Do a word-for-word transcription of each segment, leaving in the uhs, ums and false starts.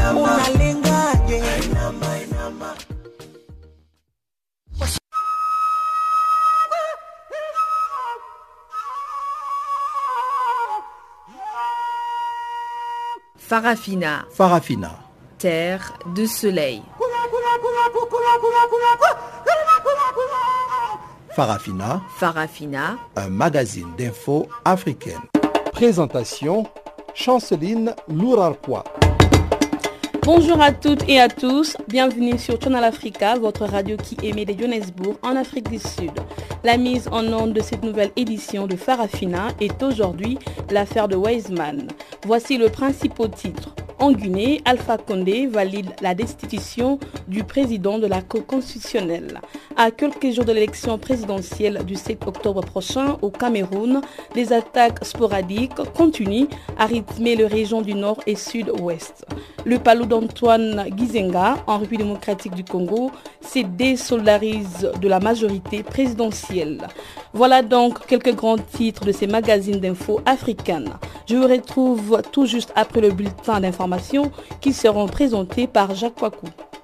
unalengaje? Farafina. Farafina. Terre de soleil. Farafina. Farafina. Un magazine d'infos africaine. Présentation, Chanceline Lourarpois. Bonjour à toutes et à tous, bienvenue sur Channel Africa, votre radio qui émet de Johannesburg en Afrique du Sud. La mise en onde de cette nouvelle édition de Farafina est aujourd'hui l'affaire de Wiseman. Voici le principal titre. En Guinée, Alpha Condé valide la destitution du président de la Cour constitutionnelle. À quelques jours de l'élection présidentielle du sept octobre prochain au Cameroun, les attaques sporadiques continuent à rythmer les régions du nord et sud-ouest. Le palou d'Antoine Gizenga, en République démocratique du Congo, se désolidarise de la majorité présidentielle. Voilà donc quelques grands titres de ces magazines d'infos africaines. Je vous retrouve tout juste après le bulletin d'information qui seront présentés par Jacques Poicou.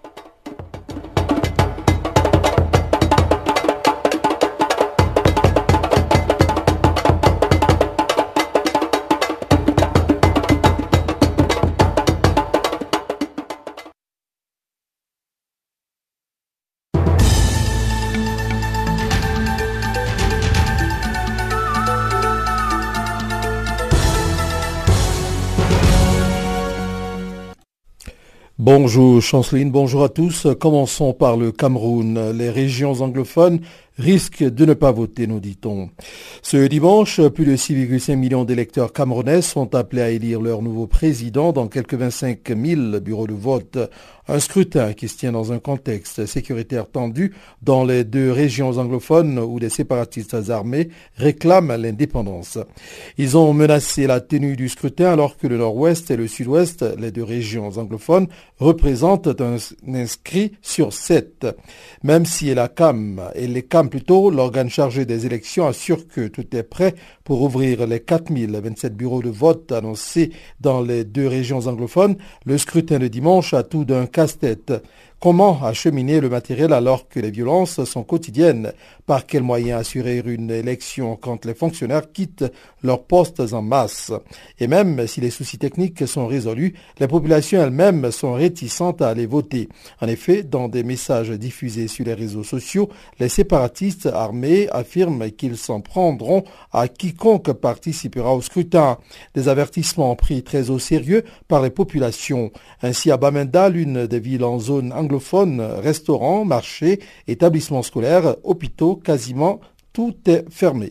Bonjour Chanceline, bonjour à tous. Commençons par le Cameroun. Les régions anglophones risquent de ne pas voter, nous dit-on. Ce dimanche, plus de six virgule cinq millions d'électeurs camerounais sont appelés à élire leur nouveau président dans quelques vingt-cinq mille bureaux de vote. Un scrutin qui se tient dans un contexte sécuritaire tendu dans les deux régions anglophones où des séparatistes armés réclament l'indépendance. Ils ont menacé la tenue du scrutin alors que le nord-ouest et le sud-ouest, les deux régions anglophones, représentent un inscrit sur sept. Même si la C A M et les C A M plutôt, l'organe chargé des élections assure que tout est prêt pour ouvrir les quatre mille vingt-sept bureaux de vote annoncés dans les deux régions anglophones, le scrutin de dimanche a tout d'un casse-tête. Comment acheminer le matériel alors que les violences sont quotidiennes? Par quels moyens assurer une élection quand les fonctionnaires quittent leurs postes en masse? Et même si les soucis techniques sont résolus, les populations elles-mêmes sont réticentes à aller voter. En effet, dans des messages diffusés sur les réseaux sociaux, les séparatistes armés affirment qu'ils s'en prendront à quiconque participera au scrutin. Des avertissements pris très au sérieux par les populations. Ainsi, à Bamenda, l'une des villes en zone anglophone, restaurants, marchés, établissements scolaires, hôpitaux, quasiment tout est fermé.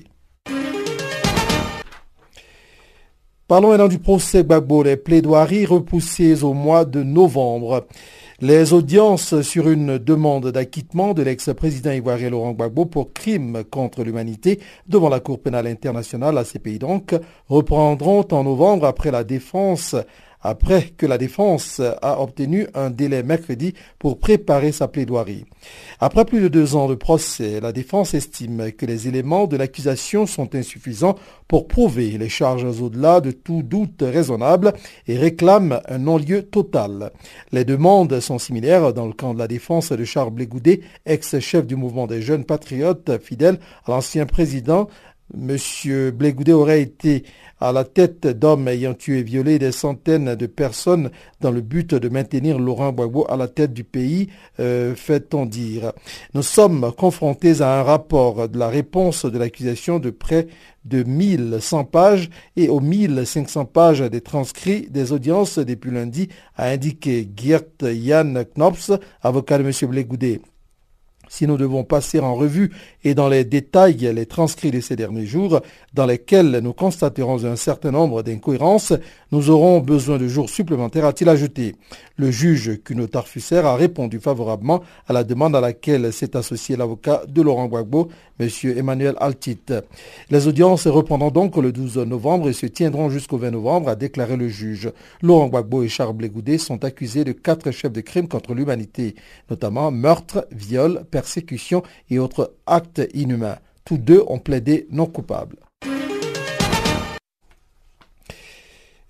Parlons maintenant du procès Gbagbo, les plaidoiries repoussées au mois de novembre. Les audiences sur une demande d'acquittement de l'ex-président ivoirien Laurent Gbagbo pour crimes contre l'humanité devant la Cour pénale internationale, la C P I donc, reprendront en novembre après la défense après que la défense a obtenu un délai mercredi pour préparer sa plaidoirie. Après plus de deux ans de procès, la défense estime que les éléments de l'accusation sont insuffisants pour prouver les charges au-delà de tout doute raisonnable et réclame un non-lieu total. Les demandes sont similaires dans le camp de la défense de Charles Blé Goudé, ex-chef du mouvement des jeunes patriotes fidèles à l'ancien président. Monsieur Blé Goudé aurait été à la tête d'hommes ayant tué et violé des centaines de personnes dans le but de maintenir Laurent Gbagbo à la tête du pays, euh, fait-on dire. Nous sommes confrontés à un rapport de la réponse de l'accusation de près de mille cent pages et aux mille cinq cents pages des transcrits des audiences depuis lundi, a indiqué Geert Jan Knops, avocat de M. Blé Goudé. Si nous devons passer en revue et dans les détails les transcrits de ces derniers jours, dans lesquels nous constaterons un certain nombre d'incohérences, nous aurons besoin de jours supplémentaires, a-t-il ajouté. Le juge Kuno Tarfusser a répondu favorablement à la demande à laquelle s'est associé l'avocat de Laurent Gbagbo, M. Emmanuel Altit. Les audiences reprendront donc le douze novembre et se tiendront jusqu'au vingt novembre, a déclaré le juge. Laurent Gbagbo et Charles Blé Goudé sont accusés de quatre chefs de crimes contre l'humanité, notamment meurtre, viol, persécution et autres actes inhumains. Tous deux ont plaidé non coupables.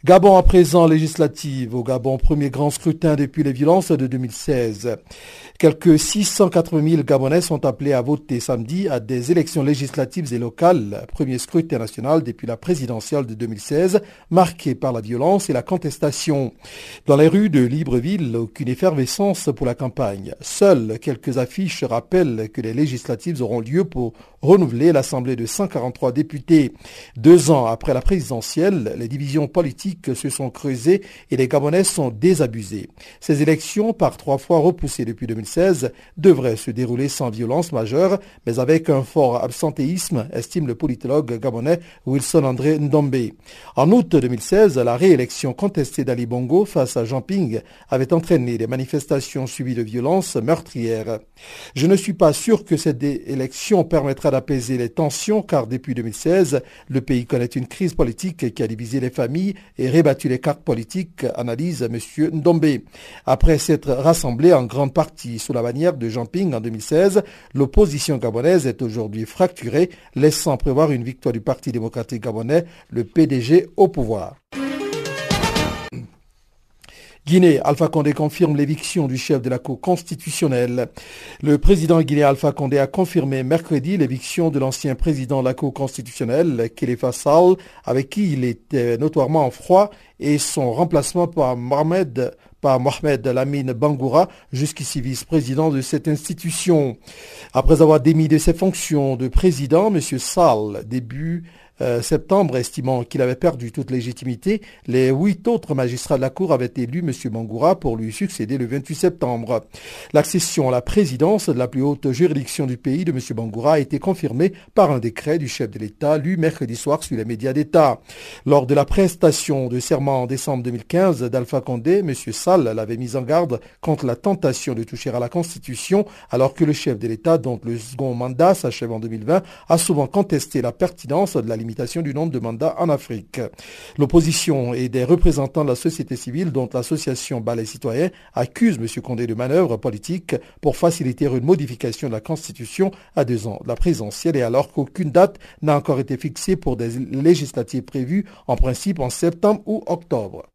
Gabon à présent, législative. Au Gabon, premier grand scrutin depuis les violences de deux mille seize. Quelques six cent quatre-vingt mille Gabonais sont appelés à voter samedi à des élections législatives et locales. Premier scrutin national depuis la présidentielle de deux mille seize, marqué par la violence et la contestation. Dans les rues de Libreville, aucune effervescence pour la campagne. Seules quelques affiches rappellent que les législatives auront lieu pour renouveler l'Assemblée de cent quarante-trois députés. Deux ans après la présidentielle, les divisions politiques se sont creusées et les Gabonais sont désabusés. Ces élections, par trois fois repoussées depuis deux mille seize, devraient se dérouler sans violence majeure, mais avec un fort absentéisme, estime le politologue gabonais Wilson André Ndombe. En août deux mille seize, la réélection contestée d'Ali Bongo face à Jean Ping avait entraîné des manifestations suivies de violences meurtrières. Je ne suis pas sûr que cette élection permettra d'apaiser les tensions, car depuis deux mille seize, le pays connaît une crise politique qui a divisé les familles et rébattu les cartes politiques, analyse M. Ndombe. Après s'être rassemblée en grande partie sous la bannière de Jean Ping en deux mille seize, l'opposition gabonaise est aujourd'hui fracturée, laissant prévoir une victoire du Parti démocratique gabonais, le P D G, au pouvoir. Guinée, Alpha Condé confirme l'éviction du chef de la Cour constitutionnelle. Le président guinéen Alpha Condé a confirmé mercredi l'éviction de l'ancien président de la Cour constitutionnelle, Khalifa Sall, avec qui il était notoirement en froid, et son remplacement par Mohamed, par Mohamed Lamine Bangoura, jusqu'ici vice-président de cette institution. Après avoir démis de ses fonctions de président, M. Sall, début Euh, septembre, estimant qu'il avait perdu toute légitimité, les huit autres magistrats de la Cour avaient élu M. Bangoura pour lui succéder le vingt-huit septembre. L'accession à la présidence de la plus haute juridiction du pays de M. Bangoura a été confirmée par un décret du chef de l'État lu mercredi soir sur les médias d'État. Lors de la prestation de serment en décembre deux mille quinze d'Alpha Condé, M. Sall l'avait mis en garde contre la tentation de toucher à la Constitution, alors que le chef de l'État, dont le second mandat s'achève en deux mille vingt, a souvent contesté la pertinence de la limitation du nombre de mandats en Afrique. L'opposition et des représentants de la société civile, dont l'association Balai Citoyen, accusent M. Condé de manœuvres politiques pour faciliter une modification de la Constitution à deux ans de la présidentielle, et alors qu'aucune date n'a encore été fixée pour des législatives prévues en principe en septembre ou octobre.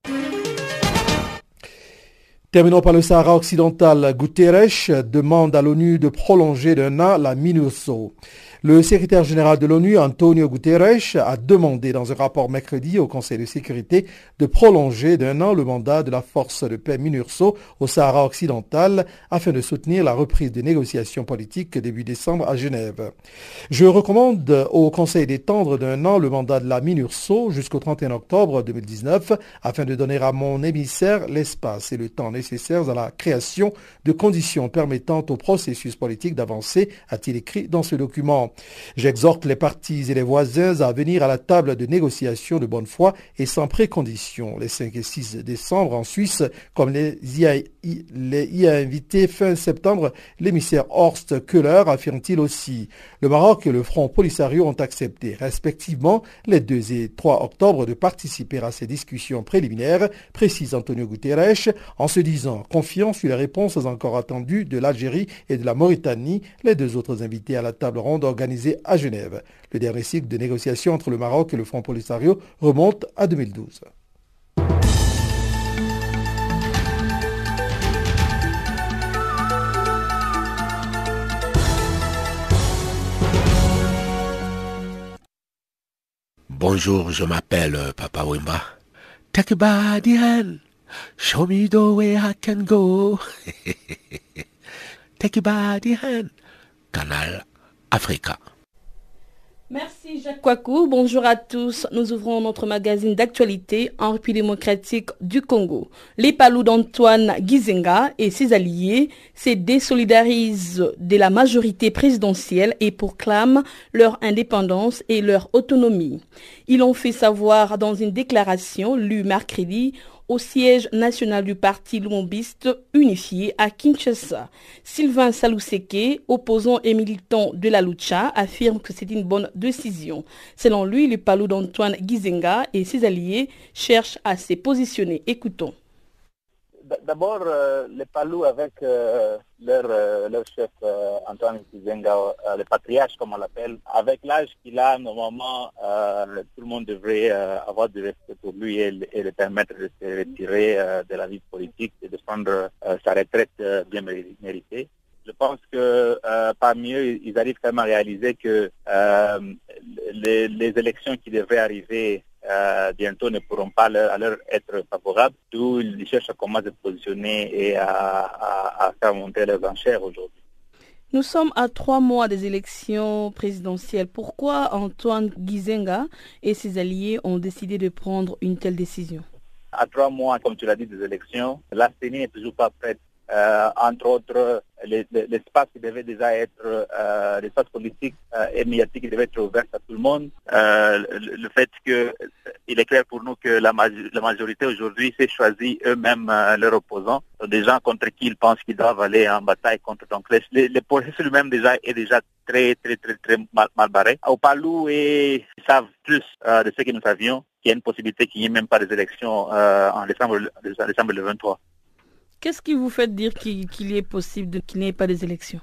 Terminons par le Sahara occidental. Guterres demande à l'ONU de prolonger d'un an la MINURSO. Le secrétaire général de l'ONU, Antonio Guterres, a demandé dans un rapport mercredi au Conseil de sécurité de prolonger d'un an le mandat de la force de paix MINURSO au Sahara occidental afin de soutenir la reprise des négociations politiques début décembre à Genève. Je recommande au Conseil d'étendre d'un an le mandat de la MINURSO jusqu'au trente et un octobre deux mille dix-neuf afin de donner à mon émissaire l'espace et le temps nécessaires à la création de conditions permettant au processus politique d'avancer, a-t-il écrit dans ce document. J'exhorte les partis et les voisins à venir à la table de négociation de bonne foi et sans précondition. Les cinq et six décembre en Suisse, comme les y a, les y a invité fin septembre, l'émissaire Horst Köhler, affirme-t-il aussi. Le Maroc et le Front Polisario ont accepté, respectivement, les deux et trois octobre, de participer à ces discussions préliminaires, précise Antonio Guterres, en se disant confiant sur les réponses encore attendues de l'Algérie et de la Mauritanie, les deux autres invités à la table ronde organisée à Genève. Le dernier cycle de négociations entre le Maroc et le Front Polisario remonte à deux mille douze. Bonjour, je m'appelle Papa Wimba. Take a body hand, show me the way I can go. Take a body hand, Canal Africa. Merci Jacques Kouakou, bonjour à tous. Nous ouvrons notre magazine d'actualité en République démocratique du Congo. Les Palous d'Antoine Gizenga et ses alliés se désolidarisent de la majorité présidentielle et proclament leur indépendance et leur autonomie. Ils l'ont fait savoir dans une déclaration lue mercredi au siège national du parti lumumbiste unifié à Kinshasa. Sylvain Saluseke, opposant et militant de la Lucha, affirme que c'est une bonne décision. Selon lui, le Palou d'Antoine Gizenga et ses alliés cherchent à se positionner. Écoutons. D'abord, euh, les Palous avec euh, leur, euh, leur chef euh, Antoine Gizenga, euh, le patriarche comme on l'appelle, avec l'âge qu'il a, normalement, euh, tout le monde devrait euh, avoir du respect pour lui et, et le permettre de se retirer euh, de la vie politique et de prendre euh, sa retraite euh, bien méritée. Je pense que euh, parmi eux, ils arrivent quand même à réaliser que euh, les, les élections qui devraient arriver euh, bientôt ne pourront pas leur, leur être favorables, d'où ils cherchent à comment se positionner et à, à, à faire monter leurs enchères aujourd'hui. Nous sommes à trois mois des élections présidentielles. Pourquoi Antoine Gizenga et ses alliés ont décidé de prendre une telle décision? À trois mois, comme tu l'as dit, des élections, la C E N I n'est toujours pas prête. Euh, entre autres, les, les, l'espace qui devait déjà être, euh, l'espace politique euh, et médiatique qui devait être ouvert à tout le monde. Euh, le, le fait que, il est clair pour nous que la, ma- la majorité aujourd'hui s'est choisi eux-mêmes euh, leurs opposants, des gens contre qui ils pensent qu'ils doivent aller en bataille contre. Donc, les, les processus lui-même déjà est déjà très, très, très, très mal, mal barré. Au Palou, et ils savent plus euh, de ce que nous savions, qu'il y a une possibilité qu'il n'y ait même pas des élections euh, en décembre, en décembre le vingt-trois. Qu'est-ce qui vous fait dire qu'il, qu'il est possible de, qu'il n'y ait pas des élections?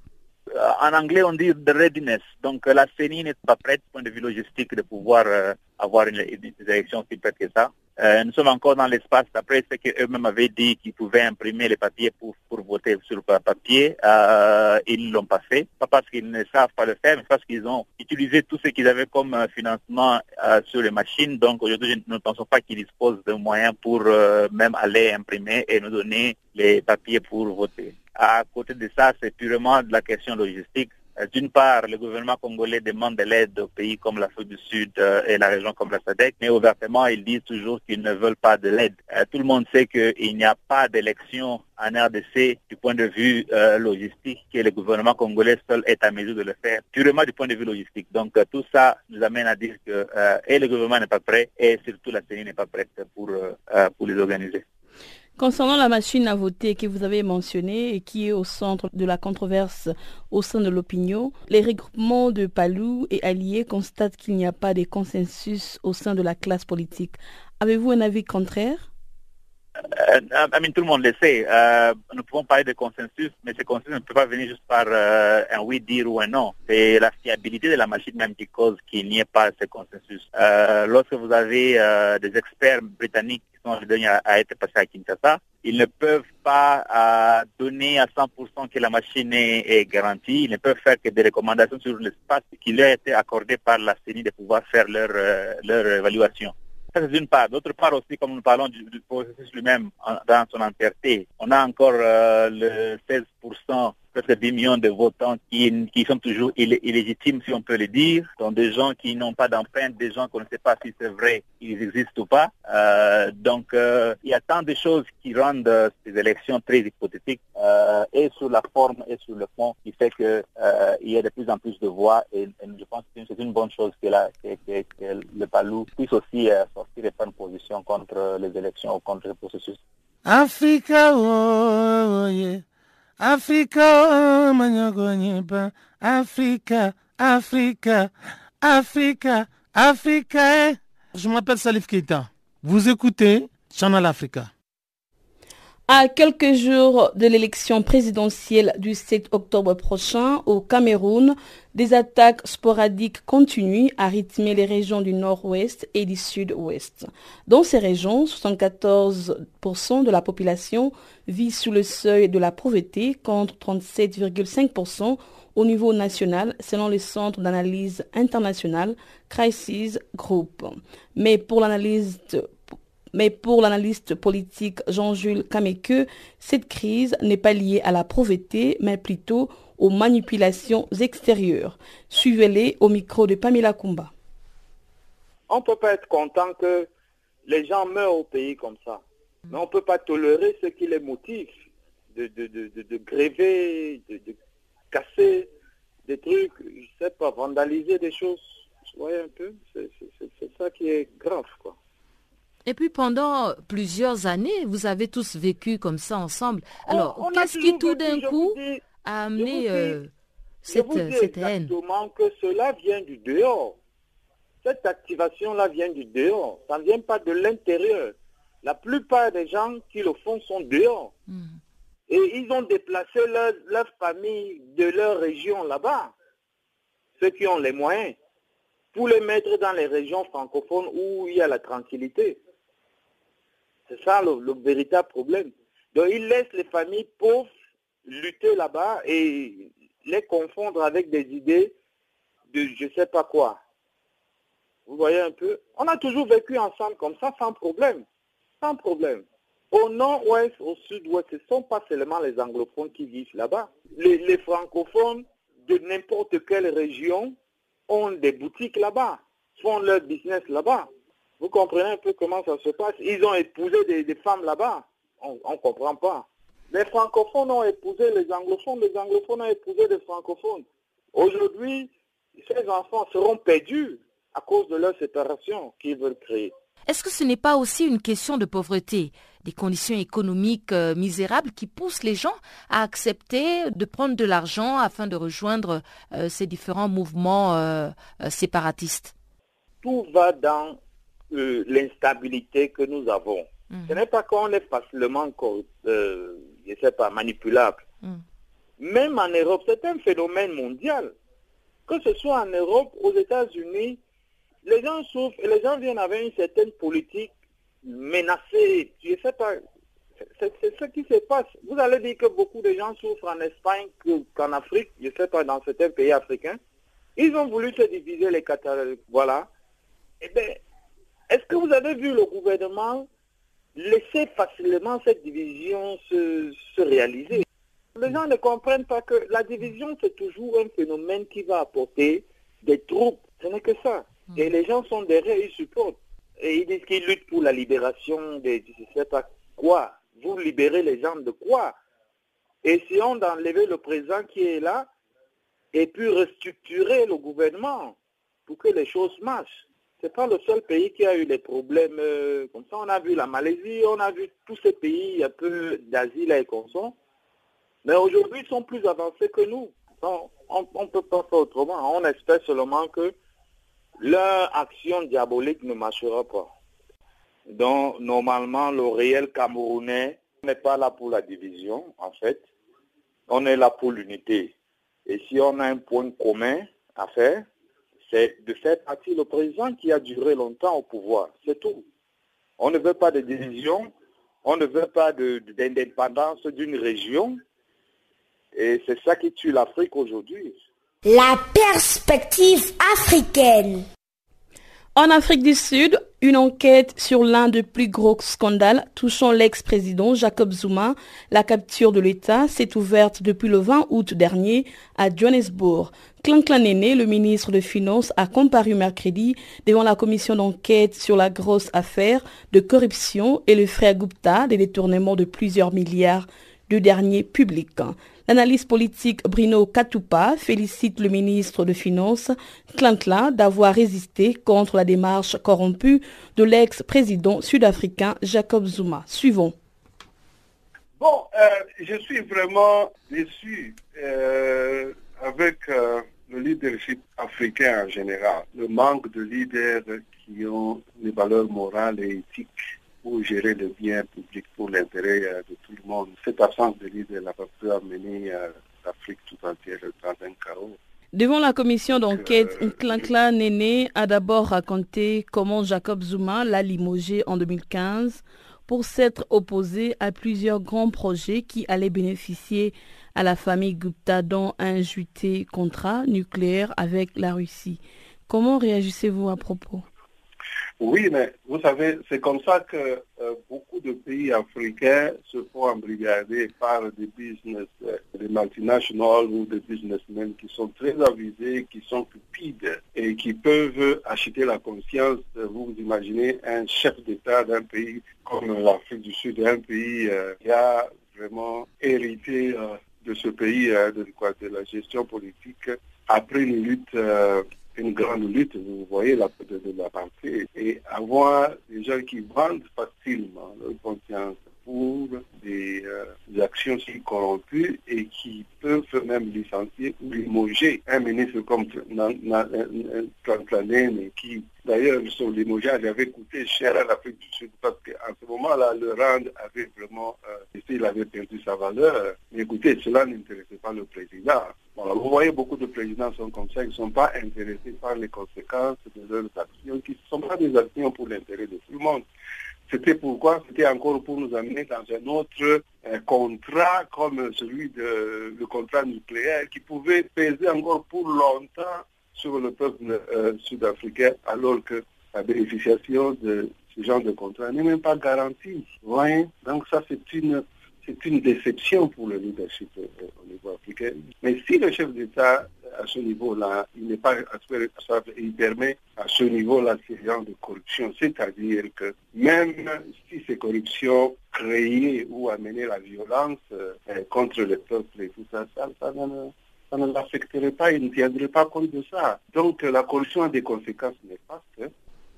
Euh, en anglais, on dit the readiness. Donc, euh, la C E N I n'est pas prête, du point de vue logistique, de pouvoir euh, avoir une, une, une élection aussi prête que ça. Euh, nous sommes encore dans l'espace d'après ce qu'eux-mêmes avaient dit qu'ils pouvaient imprimer les papiers pour, pour voter sur le papier. Euh, ils ne l'ont pas fait. Pas parce qu'ils ne savent pas le faire, mais parce qu'ils ont utilisé tout ce qu'ils avaient comme euh, financement euh, sur les machines. Donc aujourd'hui, nous ne pensons pas qu'ils disposent de moyens pour euh, même aller imprimer et nous donner les papiers pour voter. À côté de ça, c'est purement de la question logistique. D'une part, le gouvernement congolais demande de l'aide aux pays comme l'Afrique du Sud euh, et la région comme la S A D C, mais ouvertement, ils disent toujours qu'ils ne veulent pas de l'aide. Euh, tout le monde sait qu'il n'y a pas d'élection en R D C du point de vue euh, logistique, que le gouvernement congolais seul est à mesure de le faire, purement du point de vue logistique. Donc euh, tout ça nous amène à dire que euh, et le gouvernement n'est pas prêt, et surtout la C E N I n'est pas prête pour, euh, pour les organiser. Concernant la machine à voter que vous avez mentionnée et qui est au centre de la controverse au sein de l'opinion, les regroupements de Palou et alliés constatent qu'il n'y a pas de consensus au sein de la classe politique. Avez-vous un avis contraire? Euh, I mean, tout le monde le sait. Euh, nous pouvons parler de consensus, mais ce consensus ne peut pas venir juste par euh, un oui dire ou un non. C'est la fiabilité de la machine même qui cause qu'il n'y ait pas ce consensus. Euh, lorsque vous avez euh, des experts britanniques qui sont les derniers à, à être passés à Kinshasa, ils ne peuvent pas euh, donner à cent pour cent que la machine est, est garantie. Ils ne peuvent faire que des recommandations sur l'espace qui leur a été accordé par la C E N I de pouvoir faire leur, euh, leur évaluation. Ça, c'est d'une part. D'autre part aussi, comme nous parlons du, du processus lui-même en, dans son entièreté, on a encore euh, le seize pour cent, presque dix millions de votants qui, qui sont toujours ill- illégitimes, si on peut le dire. Donc des gens qui n'ont pas d'empreinte, des gens qu'on ne sait pas si c'est vrai, ils existent ou pas. Euh, donc euh, il y a tant de choses qui rendent euh, ces élections très hypothétiques, euh, et sur la forme et sur le fond, qui fait que euh, il y a de plus en plus de voix, et, et je pense que c'est une bonne chose que, la, que, que, que le Palou puisse aussi euh, sortir et prendre position contre les élections ou contre le processus. Africa, oh, oh, yeah. Africa, Manyagonyiba, Africa, Africa, Africa, Africa. Je m'appelle Salif Keita. Vous écoutez Channel Africa. À quelques jours de l'élection présidentielle du sept octobre prochain au Cameroun, des attaques sporadiques continuent à rythmer les régions du nord-ouest et du sud-ouest. Dans ces régions, soixante-quatorze pour cent de la population vit sous le seuil de la pauvreté contre trente-sept virgule cinq pour cent au niveau national, selon le Centre d'analyse international Crisis Group. Mais pour l'analyste Mais pour l'analyste politique Jean-Jules Kameke, cette crise n'est pas liée à la pauvreté, mais plutôt aux manipulations extérieures. Suivez-les au micro de Pamela Kumba. On ne peut pas être content que les gens meurent au pays comme ça. Mais on ne peut pas tolérer ce qui les motive de, de, de, de, de gréver, de, de casser des trucs, je ne sais pas, vandaliser des choses. Vous voyez un peu, c'est, c'est, c'est ça qui est grave, quoi. Et puis pendant plusieurs années, vous avez tous vécu comme ça ensemble. Alors, on, on qu'est-ce qui tout d'un coup dis, a amené dis, euh, cette, je vous dis cette haine? Exactement que cela vient du dehors. Cette activation-là vient du dehors. Ça ne vient pas de l'intérieur. La plupart des gens qui le font sont dehors. Mmh. Et ils ont déplacé leur, leur famille de leur région là-bas, ceux qui ont les moyens, pour les mettre dans les régions francophones où il y a la tranquillité. C'est ça le, le véritable problème. Donc ils laissent les familles pauvres lutter là-bas et les confondre avec des idées de je ne sais pas quoi. Vous voyez un peu? On a toujours vécu ensemble comme ça, sans problème. Sans problème. Au nord-ouest, au sud-ouest, ce ne sont pas seulement les anglophones qui vivent là-bas. Les, les francophones de n'importe quelle région ont des boutiques là-bas, font leur business là-bas. Vous comprenez un peu comment ça se passe? Ils ont épousé des, des femmes là-bas. On ne comprend pas. Les francophones ont épousé les anglophones, les anglophones ont épousé les francophones. Aujourd'hui, ces enfants seront perdus à cause de leur séparation qu'ils veulent créer. Est-ce que ce n'est pas aussi une question de pauvreté, des conditions économiques euh, misérables qui poussent les gens à accepter de prendre de l'argent afin de rejoindre euh, ces différents mouvements euh, euh, séparatistes? Tout va dans euh, l'instabilité que nous avons. Mmh. Ce n'est pas qu'on est facilement, euh, je sais pas, manipulable. Mmh. Même en Europe, c'est un phénomène mondial. Que ce soit en Europe, aux États-Unis, les gens souffrent et les gens viennent avec une certaine politique menacée. Je ne sais pas, c'est, c'est ce qui se passe. Vous allez dire que beaucoup de gens souffrent en Espagne qu'en Afrique, je ne sais pas, dans certains pays africains. Ils ont voulu se diviser les Catalans. Voilà. Eh bien, est-ce que vous avez vu le gouvernement laisser facilement cette division se, se réaliser? Les gens ne comprennent pas que la division, c'est toujours un phénomène qui va apporter des troupes. Ce n'est que ça. Et les gens sont derrière, ils supportent. Et ils disent qu'ils luttent pour la libération de je ne sais pas quoi. Vous libérez les gens de quoi? Essayons d'enlever le président qui est là et puis restructurer le gouvernement pour que les choses marchent. Ce n'est pas le seul pays qui a eu des problèmes euh, comme ça. On a vu la Malaisie, on a vu tous ces pays un peu d'Asie là et comme ça. Mais aujourd'hui, ils sont plus avancés que nous. Donc, on ne peut pas faire autrement. On espère seulement que leur action diabolique ne marchera pas. Donc, normalement, le réel Camerounais n'est pas là pour la division, en fait. On est là pour l'unité. Et si on a un point commun à faire, c'est de faire partie le président qui a duré longtemps au pouvoir. C'est tout. On ne veut pas de division, on ne veut pas de, d'indépendance d'une région. Et c'est ça qui tue l'Afrique aujourd'hui. La perspective africaine. En Afrique du Sud, une enquête sur l'un des plus gros scandales touchant l'ex-président Jacob Zuma, la capture de l'État, s'est ouverte depuis le vingt août dernier à Johannesburg. Klankla Nene, le ministre des Finances, a comparu mercredi devant la commission d'enquête sur la grosse affaire de corruption et le frère Gupta des détournements de plusieurs milliards de deniers publics. L'analyste politique Bruno Katupa félicite le ministre des Finances, Klankla, d'avoir résisté contre la démarche corrompue de l'ex-président sud-africain Jacob Zuma. Suivons. Bon, euh, je suis vraiment déçu euh, avec euh, le leadership africain en général. Le manque de leaders qui ont des valeurs morales et éthiques pour gérer le bien public pour l'intérêt euh, de tout le monde. Cette absence de leader n'a pas pu amener euh, l'Afrique tout entière dans un chaos. Devant la commission d'enquête, euh, Klankla Nene a d'abord raconté comment Jacob Zuma l'a limogé en deux mille quinze pour s'être opposé à plusieurs grands projets qui allaient bénéficier à la famille Gupta, dont un juté contrat nucléaire avec la Russie. Comment réagissez-vous à propos ? Oui, mais vous savez, c'est comme ça que euh, beaucoup de pays africains se font embrigader par des business, euh, des multinationales ou des businessmen qui sont très avisés, qui sont cupides et qui peuvent acheter la conscience. Vous imaginez un chef d'État d'un pays comme l'Afrique du Sud, un pays euh, qui a vraiment hérité euh, de ce pays, euh, de, quoi, de la gestion politique, après une lutte euh, une grande lutte, vous voyez, la, de, de la pensée, et avoir des gens qui vendent facilement leur conscience pour des, euh, des actions si corrompues et qui peuvent même licencier ou limoger un ministre comme Klankla Nene, qui d'ailleurs son limogeage avait coûté cher à l'Afrique du Sud parce qu'en ce moment moment-là, le rand avait vraiment, euh, il avait perdu sa valeur. Mais écoutez, cela n'intéressait pas le président. Bon, vous voyez, beaucoup de présidents sont comme ça, ils ne sont pas intéressés par les conséquences de leurs actions, qui ne sont pas des actions pour l'intérêt de tout le monde. C'était pourquoi, c'était encore pour nous amener dans un autre euh, contrat comme celui de le contrat nucléaire qui pouvait peser encore pour longtemps sur le peuple euh, sud-africain, alors que la bénéficiation de ce genre de contrat n'est même pas garantie. Ouais. Donc ça, c'est une, c'est une déception pour le leadership euh, au niveau africain. Mais si le chef d'État, à ce niveau-là, il n'est pas responsable et il permet à ce niveau-là ce genre de corruption, c'est-à-dire que même si ces corruptions créaient ou amenaient la violence euh, contre le peuple et tout ça, ça, ça ne... ça ne l'affecterait pas, il ne tiendrait pas compte de ça. Donc la corruption a des conséquences néfastes. Hein.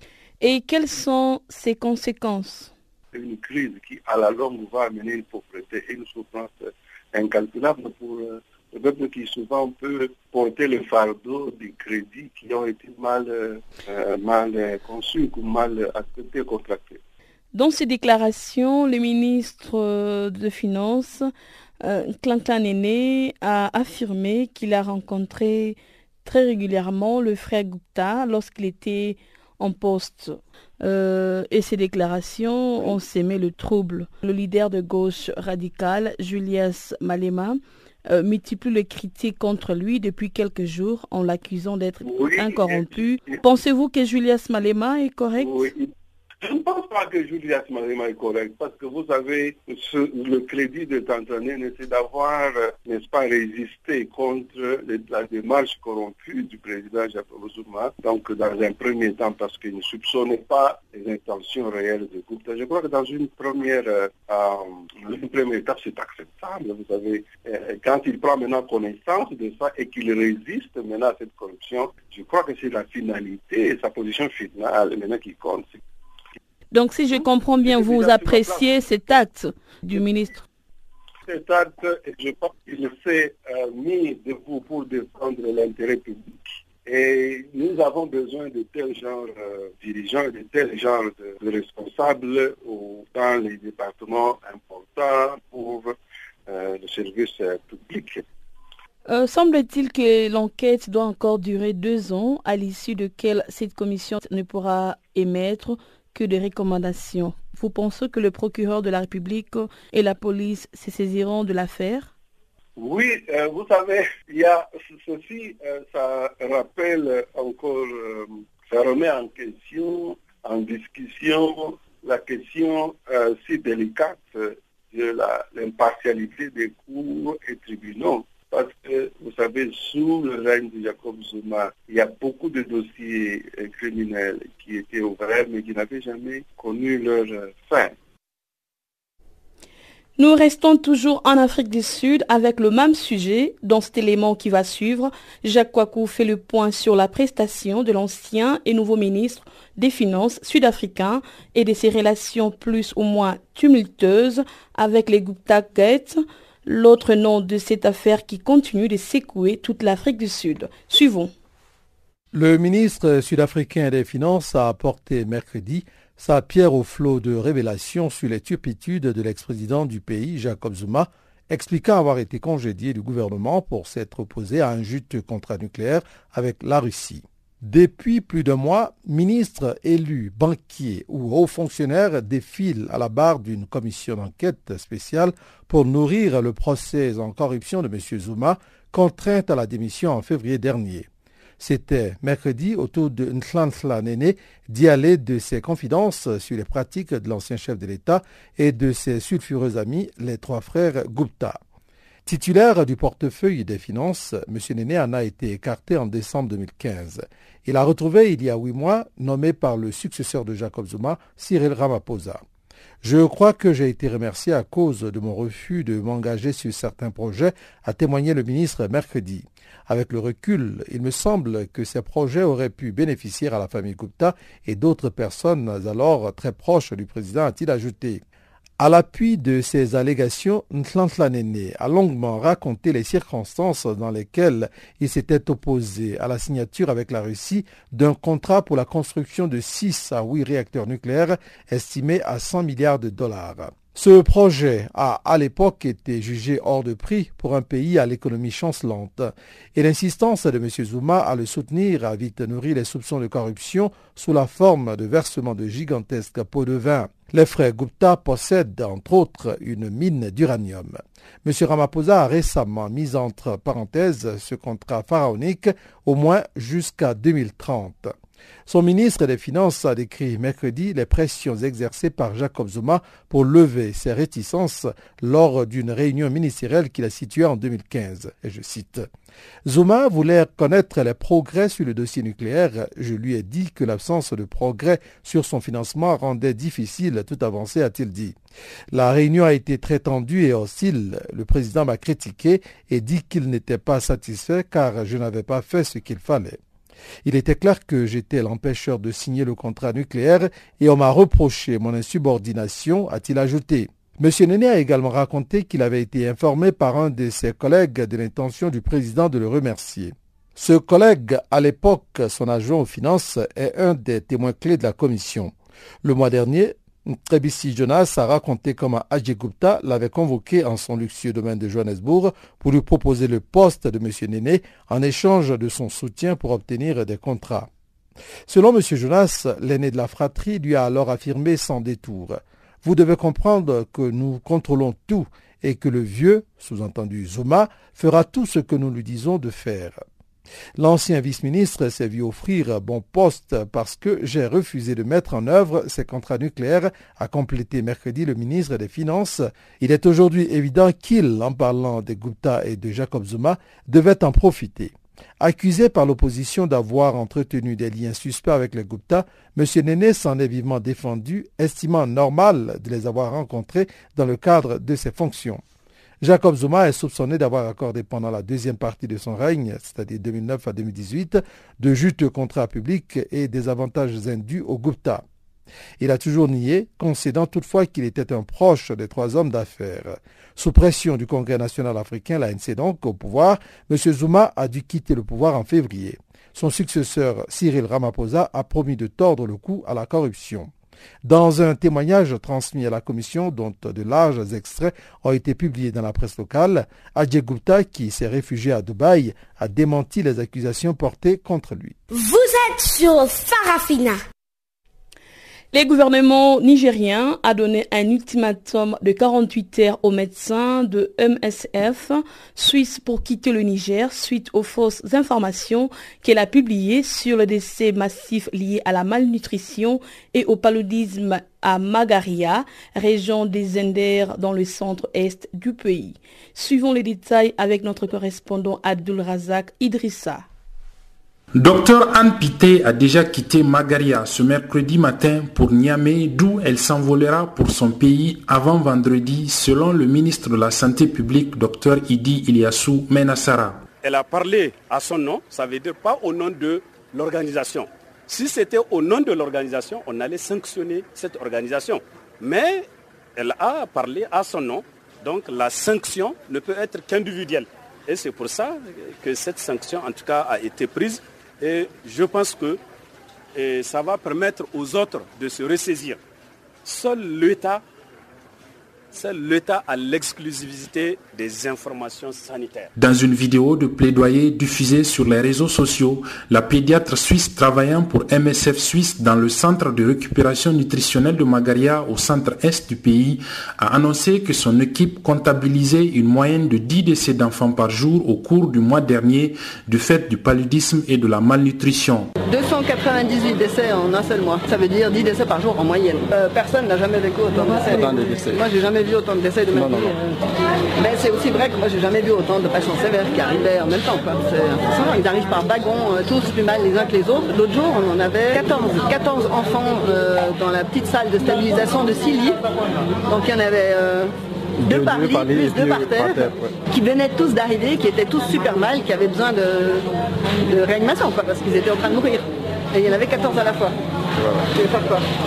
Et quelles sont ces conséquences? Une crise qui, à la longue, va amener une pauvreté et une souffrance incalculable pour euh, le peuple qui souvent peut porter le fardeau des crédits qui ont été mal, euh, mal conçus ou mal acceptés, contractés. Dans ces déclarations, le ministre des Finances, euh, Clinton Néné, a affirmé qu'il a rencontré très régulièrement le frère Gupta lorsqu'il était en poste. Euh, et ces déclarations ont sémé le trouble. Le leader de gauche radicale, Julius Malema, euh, multiplie les critiques contre lui depuis quelques jours en l'accusant d'être oui, incorrompu. Et, et, Pensez-vous que Julius Malema est correct? Oui. Je ne pense pas que Julius Malema est correct, parce que vous savez, ce, le crédit de Tanzanie, c'est d'avoir, n'est-ce pas, résisté contre les, la démarche corrompue du président Jacob Zuma, donc dans un premier temps parce qu'il ne soupçonnait pas les intentions réelles de Gupta. Je crois que dans une première, euh, une première étape, c'est acceptable, vous savez. Euh, quand il prend maintenant connaissance de ça et qu'il résiste maintenant à cette corruption, je crois que c'est la finalité et sa position finale maintenant qui compte. Donc, si je comprends bien, vous appréciez cet acte du ministre? Cet acte, je pense qu'il s'est euh, mis debout pour défendre l'intérêt public. Et nous avons besoin de tel genre de euh, dirigeants, de tel genre de, de responsables au, dans les départements importants pour euh, le service euh, public. Euh, semble-t-il que l'enquête doit encore durer deux ans, à l'issue de laquelle cette commission ne pourra émettre que des recommandations. Vous pensez que le procureur de la République et la police se saisiront de l'affaire? Oui, euh, vous savez, il y a ceci, euh, ça rappelle encore, euh, ça remet en question, en discussion, la question euh, si délicate de la, l'impartialité des cours et tribunaux. Parce que, vous savez, sous le règne de Jacob Zuma, il y a beaucoup de dossiers euh, criminels qui étaient ouverts, mais qui n'avaient jamais connu leur euh, fin. Nous restons toujours en Afrique du Sud avec le même sujet. Dans cet élément qui va suivre, Jacques Kouakou fait le point sur la prestation de l'ancien et nouveau ministre des Finances sud-africain et de ses relations plus ou moins tumultueuses avec les Gupta Gate, l'autre nom de cette affaire qui continue de secouer toute l'Afrique du Sud. Suivons. Le ministre sud-africain des Finances a apporté mercredi sa pierre au flot de révélations sur les turpitudes de l'ex-président du pays, Jacob Zuma, expliquant avoir été congédié du gouvernement pour s'être opposé à un juteux contrat nucléaire avec la Russie. Depuis plus d'un mois, ministres, élus, banquiers ou hauts fonctionnaires défilent à la barre d'une commission d'enquête spéciale pour nourrir le procès en corruption de M. Zuma, contraint à la démission en février dernier. C'était mercredi au tour de Nhlanhla Néné d'y aller de ses confidences sur les pratiques de l'ancien chef de l'État et de ses sulfureux amis, les trois frères Gupta. Titulaire du portefeuille des finances, M. Néné en a été écarté en décembre deux mille quinze. Il a retrouvé il y a huit mois, nommé par le successeur de Jacob Zuma, Cyril Ramaphosa. Je crois que j'ai été remercié à cause de mon refus de m'engager sur certains projets, a témoigné le ministre mercredi. Avec le recul, il me semble que ces projets auraient pu bénéficier à la famille Gupta et d'autres personnes alors très proches du président, a-t-il ajouté. À l'appui de ces allégations, Nhlanhla Nene a longuement raconté les circonstances dans lesquelles il s'était opposé à la signature avec la Russie d'un contrat pour la construction de six à huit réacteurs nucléaires estimés à cent milliards de dollars. Ce projet a à l'époque été jugé hors de prix pour un pays à l'économie chancelante et l'insistance de M. Zuma à le soutenir a vite nourri les soupçons de corruption sous la forme de versement de gigantesques pots de vin. Les frères Gupta possèdent entre autres une mine d'uranium. M. Ramaphosa a récemment mis entre parenthèses ce contrat pharaonique au moins jusqu'à deux mille trente. Son ministre des Finances a décrit mercredi les pressions exercées par Jacob Zuma pour lever ses réticences lors d'une réunion ministérielle qu'il a située en deux mille quinze. Et je cite, « Zuma voulait connaître les progrès sur le dossier nucléaire. Je lui ai dit que l'absence de progrès sur son financement rendait difficile toute avancée, a-t-il dit. La réunion a été très tendue et hostile. Le président m'a critiqué et dit qu'il n'était pas satisfait car je n'avais pas fait ce qu'il fallait. Il était clair que j'étais l'empêcheur de signer le contrat nucléaire et on m'a reproché mon insubordination, a-t-il ajouté. M. Nene a également raconté qu'il avait été informé par un de ses collègues de l'intention du président de le remercier. Ce collègue, à l'époque son adjoint aux finances, est un des témoins clés de la commission. Le mois dernier, Ntrebisi Jonas a raconté comment Ajay Gupta l'avait convoqué en son luxueux domaine de Johannesburg pour lui proposer le poste de M. Nene en échange de son soutien pour obtenir des contrats. Selon M. Jonas, l'aîné de la fratrie lui a alors affirmé sans détour « Vous devez comprendre que nous contrôlons tout et que le vieux, sous-entendu Zuma, fera tout ce que nous lui disons de faire. » L'ancien vice-ministre s'est vu offrir bon poste parce que j'ai refusé de mettre en œuvre ces contrats nucléaires, a complété mercredi le ministre des Finances. Il est aujourd'hui évident qu'il, en parlant de Gupta et de Jacob Zuma, devait en profiter. Accusé par l'opposition d'avoir entretenu des liens suspects avec les Gupta, M. Nene s'en est vivement défendu, estimant normal de les avoir rencontrés dans le cadre de ses fonctions. Jacob Zuma est soupçonné d'avoir accordé pendant la deuxième partie de son règne, c'est-à-dire deux mille neuf à deux mille dix-huit, de juteux contrats publics et des avantages indus aux Gupta. Il a toujours nié, concédant toutefois qu'il était un proche des trois hommes d'affaires. Sous pression du Congrès national africain, l'A N C donc, au pouvoir, M. Zuma a dû quitter le pouvoir en février. Son successeur, Cyril Ramaphosa, a promis de tordre le cou à la corruption. Dans un témoignage transmis à la commission dont de larges extraits ont été publiés dans la presse locale, Ajay Gupta, qui s'est réfugié à Dubaï, a démenti les accusations portées contre lui. Vous êtes sur Farafina. Le gouvernement nigérien a donné un ultimatum de quarante-huit heures aux médecins de M S F suisse pour quitter le Niger suite aux fausses informations qu'elle a publiées sur le décès massif lié à la malnutrition et au paludisme à Magaria, région des Zender dans le centre-est du pays. Suivons les détails avec notre correspondant Abdul Razak Idrissa. Docteur Anne Pité a déjà quitté Magaria ce mercredi matin pour Niamey, d'où elle s'envolera pour son pays avant vendredi, selon le ministre de la Santé publique, Docteur Idi Iliassou Menassara. Elle a parlé à son nom, ça veut dire pas au nom de l'organisation. Si c'était au nom de l'organisation, on allait sanctionner cette organisation. Mais elle a parlé à son nom, donc la sanction ne peut être qu'individuelle. Et c'est pour ça que cette sanction, en tout cas, a été prise. Et je pense que et ça va permettre aux autres de se ressaisir. Seul l'État, seul l'État a l'exclusivité des informations sanitaires. Dans une vidéo de plaidoyer diffusée sur les réseaux sociaux, la pédiatre suisse travaillant pour M S F Suisse dans le centre de récupération nutritionnelle de Magaria au centre-est du pays a annoncé que son équipe comptabilisait une moyenne de dix décès d'enfants par jour au cours du mois dernier du fait du paludisme et de la malnutrition. deux cent quatre-vingt-dix-huit décès en un seul mois, ça veut dire dix décès par jour en moyenne. Euh, personne n'a jamais vécu autant de décès. Autant de décès. Moi j'ai jamais vu autant de décès de ma vie. Mais c'est aussi vrai que moi j'ai jamais vu autant de patients sévères qui arrivaient en même temps. Quoi. Ils arrivent par wagons, euh, tous plus mal les uns que les autres. L'autre jour on en avait quatorze, quatorze enfants euh, dans la petite salle de stabilisation de six lits. Donc il y en avait euh, deux, deux par lit, plus deux, deux par terre, par terre ouais. Qui venaient tous d'arriver, qui étaient tous super mal, qui avaient besoin de, de réanimation quoi, parce qu'ils étaient en train de mourir. Et il y en avait quatorze à la fois. Voilà. Je sais pas quoi.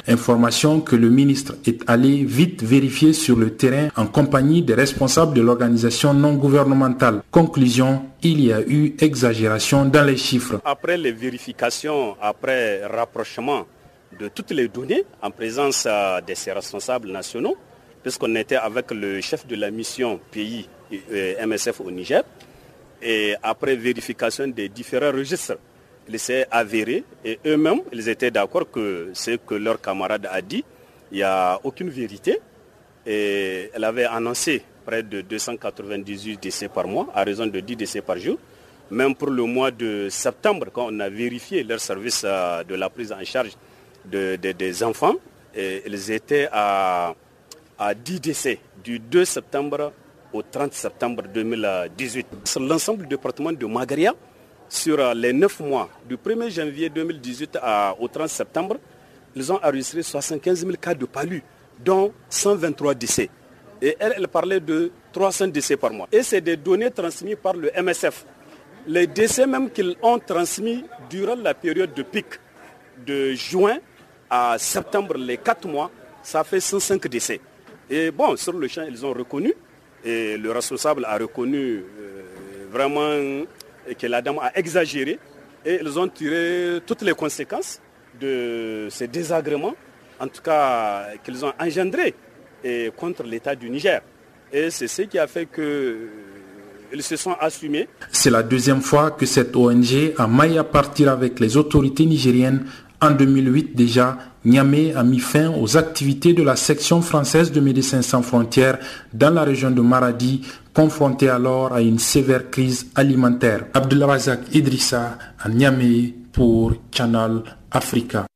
Information que le ministre est allé vite vérifier sur le terrain en compagnie des responsables de l'organisation non gouvernementale. Conclusion, il y a eu exagération dans les chiffres. Après les vérifications, après rapprochement de toutes les données en présence de ces responsables nationaux, puisqu'on était avec le chef de la mission pays M S F au Niger, et après vérification des différents registres, il s'est avéré, et eux-mêmes, ils étaient d'accord que ce que leur camarade a dit, il n'y a aucune vérité. Et elle avait annoncé près de deux cent quatre-vingt-dix-huit décès par mois, à raison de dix décès par jour. Même pour le mois de septembre, quand on a vérifié leur service de la prise en charge de, de, des enfants, et ils étaient à, à dix décès, du deux septembre au trente septembre deux mille dix-huit. Sur l'ensemble du département de Magaria, sur les neuf mois, du premier janvier deux mille dix-huit à, au trente septembre, ils ont enregistré soixante-quinze mille cas de palu, dont cent vingt-trois décès. Et elle, elle parlait de trois cents décès par mois. Et c'est des données transmises par le M S F. Les décès même qu'ils ont transmis durant la période de pic, de juin à septembre, les quatre mois, ça fait cent cinq décès. Et bon, sur le champ, ils ont reconnu, et le responsable a reconnu euh, vraiment que la dame a exagéré, et ils ont tiré toutes les conséquences de ces désagréments, en tout cas qu'ils ont engendrés et contre l'État du Niger. Et c'est ce qui a fait qu'ils se sont assumés. C'est la deuxième fois que cette O N G a maillé à partir avec les autorités nigériennes. En deux mille huit déjà, Niamey a mis fin aux activités de la section française de Médecins sans frontières dans la région de Maradi, confrontée alors à une sévère crise alimentaire. Abdelrazak Idrissa à Niamey pour Channel Africa.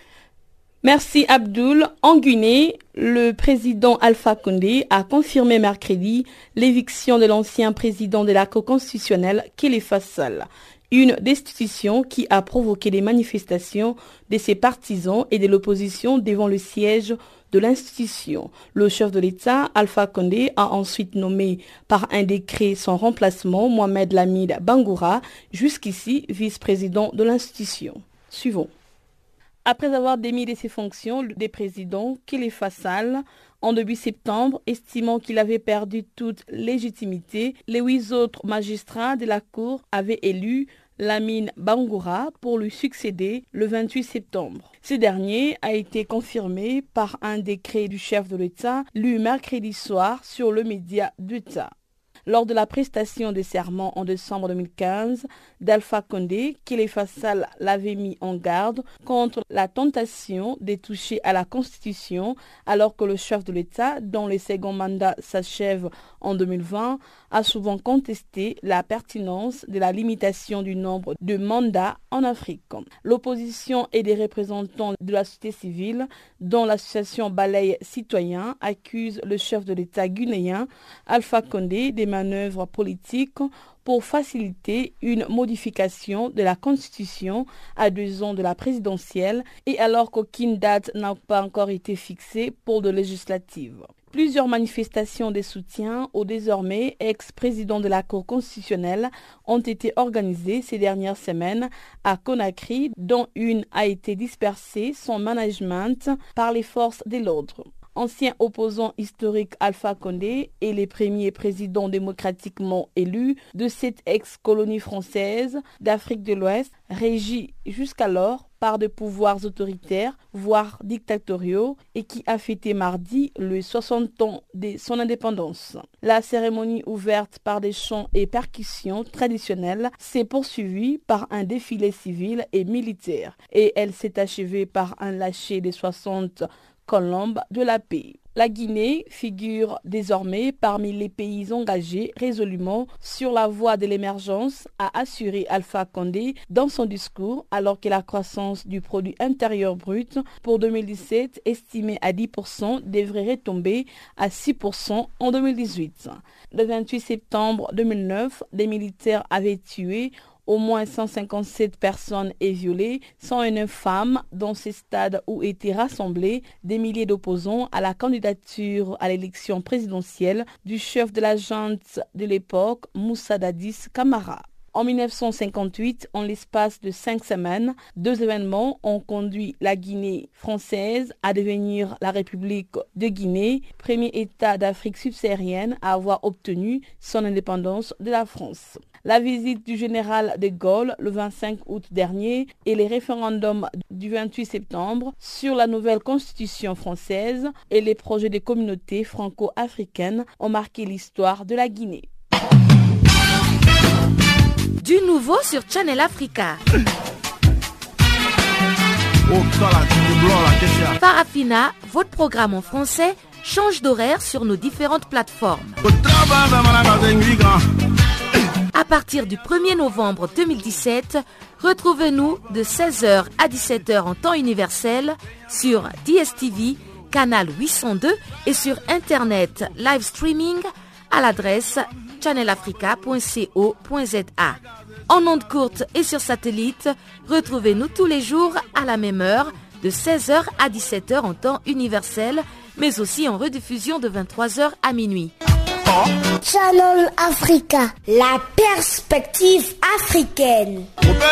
Merci Abdoul. En Guinée, le président Alpha Condé a confirmé mercredi l'éviction de l'ancien président de la Cour constitutionnelle, Khalifa Sall. Une destitution qui a provoqué des manifestations de ses partisans et de l'opposition devant le siège de l'institution. Le chef de l'État, Alpha Condé, a ensuite nommé par un décret son remplacement, Mohamed Lamid Bangoura, jusqu'ici vice-président de l'institution. Suivons. Après avoir démis de ses fonctions des présidents Khalifa Sall en début septembre, estimant qu'il avait perdu toute légitimité, les huit autres magistrats de la Cour avaient élu Lamine Bangoura pour lui succéder le vingt-huit septembre. Ce dernier a été confirmé par un décret du chef de l'État lu mercredi soir sur le média d'État. Lors de la prestation de serment en décembre deux mille quinze d'Alpha Condé, Khalifa Sall l'avait mis en garde contre la tentation de toucher à la Constitution alors que le chef de l'État, dont le second mandat s'achève en deux mille vingt, a souvent contesté la pertinence de la limitation du nombre de mandats en Afrique. L'opposition et des représentants de la société civile, dont l'association Balaye Citoyen, accusent le chef de l'État guinéen, Alpha Condé, des manœuvres politiques pour faciliter une modification de la Constitution à deux ans de la présidentielle et alors qu'aucune date n'a pas encore été fixée pour de législatives. Plusieurs manifestations de soutien au désormais ex-président de la Cour constitutionnelle ont été organisées ces dernières semaines à Conakry, dont une a été dispersée sans management par les forces de l'ordre. Ancien opposant historique Alpha Condé et les premiers présidents démocratiquement élus de cette ex-colonie française d'Afrique de l'Ouest, régie jusqu'alors par des pouvoirs autoritaires, voire dictatoriaux, et qui a fêté mardi le soixante ans de son indépendance. La cérémonie ouverte par des chants et percussions traditionnelles s'est poursuivie par un défilé civil et militaire, et elle s'est achevée par un lâcher des soixante colombes de la paix. La Guinée figure désormais parmi les pays engagés résolument sur la voie de l'émergence, a assuré Alpha Condé dans son discours, alors que la croissance du produit intérieur brut pour deux mille dix-sept, estimée à dix pour cent, devrait retomber à six pour cent en deux mille dix-huit. Le vingt-huit septembre deux mille neuf, des militaires avaient tué au moins cent cinquante-sept personnes et violées, cent neuf femmes dans ces stades où étaient rassemblés des milliers d'opposants à la candidature à l'élection présidentielle du chef de la junte de l'époque, Moussa Dadis Camara. En mille neuf cent cinquante-huit, en l'espace de cinq semaines, deux événements ont conduit la Guinée française à devenir la République de Guinée, premier État d'Afrique subsaharienne à avoir obtenu son indépendance de la France. La visite du général de Gaulle le vingt-cinq août dernier et les référendums du vingt-huit septembre sur la nouvelle constitution française et les projets des communautés franco-africaines ont marqué l'histoire de la Guinée. Du nouveau sur Channel Africa. Farafina, votre programme en français, change d'horaire sur nos différentes plateformes. À partir du premier novembre deux mille dix-sept, retrouvez-nous de seize heures à dix-sept heures en temps universel sur D S T V, canal huit cent deux et sur Internet live streaming à l'adresse channel africa point co point za. En ondes courtes et sur satellite, retrouvez-nous tous les jours à la même heure, de seize heures à dix-sept heures en temps universel, mais aussi en rediffusion de vingt-trois heures à minuit. Channel Africa, la perspective africaine.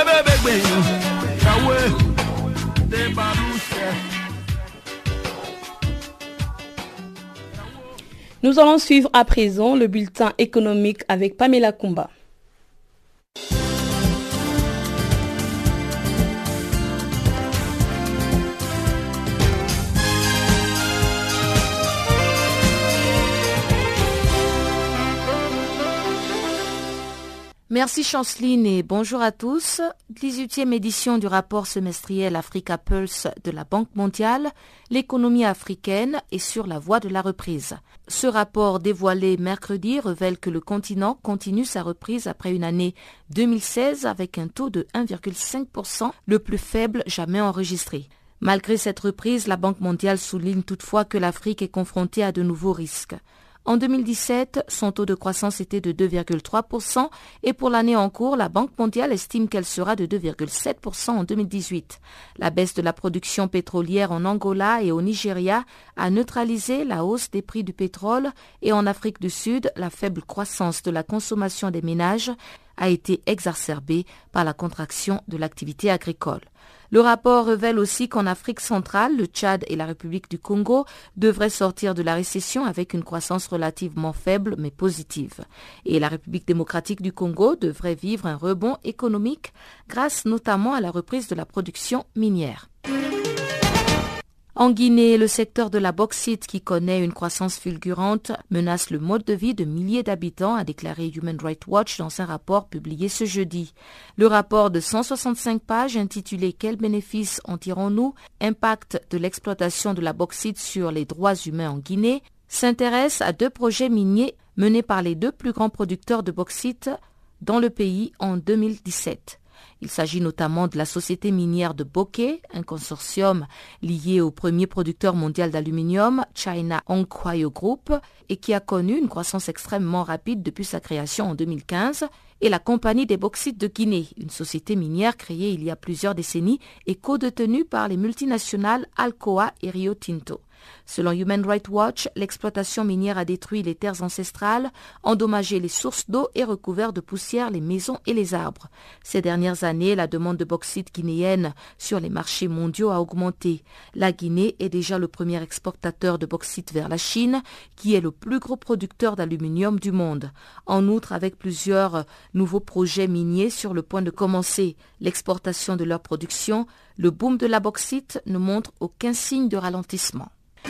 Nous allons suivre à présent le bulletin économique avec Pamela Kumba. Merci Chanceline et bonjour à tous. dix-huitième édition du rapport semestriel Africa Pulse de la Banque mondiale, l'économie africaine est sur la voie de la reprise. Ce rapport dévoilé mercredi révèle que le continent continue sa reprise après une année deux mille seize avec un taux de un virgule cinq pour cent, le plus faible jamais enregistré. Malgré cette reprise, la Banque mondiale souligne toutefois que l'Afrique est confrontée à de nouveaux risques. En deux mille dix-sept, son taux de croissance était de deux virgule trois pour cent et pour l'année en cours, la Banque mondiale estime qu'elle sera de deux virgule sept pour cent en deux mille dix-huit. La baisse de la production pétrolière en Angola et au Nigeria a neutralisé la hausse des prix du pétrole et en Afrique du Sud, la faible croissance de la consommation des ménages a été exacerbée par la contraction de l'activité agricole. Le rapport révèle aussi qu'en Afrique centrale, le Tchad et la République du Congo devraient sortir de la récession avec une croissance relativement faible mais positive. Et la République démocratique du Congo devrait vivre un rebond économique grâce notamment à la reprise de la production minière. En Guinée, le secteur de la bauxite, qui connaît une croissance fulgurante, menace le mode de vie de milliers d'habitants, a déclaré Human Rights Watch dans un rapport publié ce jeudi. Le rapport de cent soixante-cinq pages intitulé « Quels bénéfices en tirons-nous ? Impact de l'exploitation de la bauxite sur les droits humains en Guinée » s'intéresse à deux projets miniers menés par les deux plus grands producteurs de bauxite dans le pays en deux mille dix-sept. Il s'agit notamment de la société minière de Bokeh, un consortium lié au premier producteur mondial d'aluminium, China Honghuayo Group, et qui a connu une croissance extrêmement rapide depuis sa création en deux mille quinze, et la Compagnie des bauxites de Guinée, une société minière créée il y a plusieurs décennies et co-détenue par les multinationales Alcoa et Rio Tinto. Selon Human Rights Watch, l'exploitation minière a détruit les terres ancestrales, endommagé les sources d'eau et recouvert de poussière les maisons et les arbres. Ces dernières années, la demande de bauxite guinéenne sur les marchés mondiaux a augmenté. La Guinée est déjà le premier exportateur de bauxite vers la Chine, qui est le plus gros producteur d'aluminium du monde. En outre, avec plusieurs nouveaux projets miniers sur le point de commencer l'exportation de leur production, le boom de la bauxite ne montre aucun signe de ralentissement.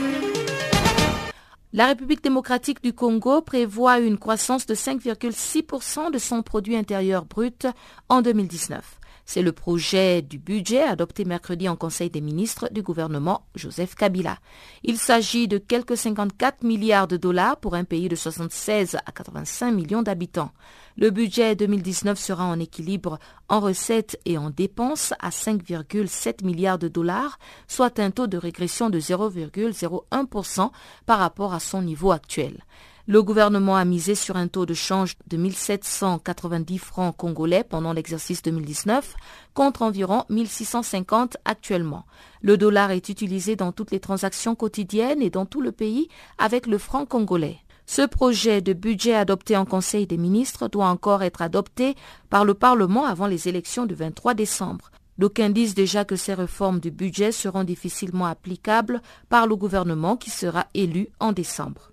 La République démocratique du Congo prévoit une croissance de cinq virgule six pour cent de son produit intérieur brut en deux mille dix-neuf. C'est le projet du budget adopté mercredi en Conseil des ministres du gouvernement Joseph Kabila. Il s'agit de quelques cinquante-quatre milliards de dollars pour un pays de soixante-seize à quatre-vingt-cinq millions d'habitants. Le budget deux mille dix-neuf sera en équilibre en recettes et en dépenses à cinq virgule sept milliards de dollars, soit un taux de régression de zéro virgule zéro un pour cent par rapport à son niveau actuel. Le gouvernement a misé sur un taux de change de mille sept cent quatre-vingt-dix francs congolais pendant l'exercice deux mille dix-neuf, contre environ mille six cent cinquante actuellement. Le dollar est utilisé dans toutes les transactions quotidiennes et dans tout le pays avec le franc congolais. Ce projet de budget adopté en Conseil des ministres doit encore être adopté par le Parlement avant les élections du vingt-trois décembre. D'aucuns disent déjà que ces réformes du budget seront difficilement applicables par le gouvernement qui sera élu en décembre.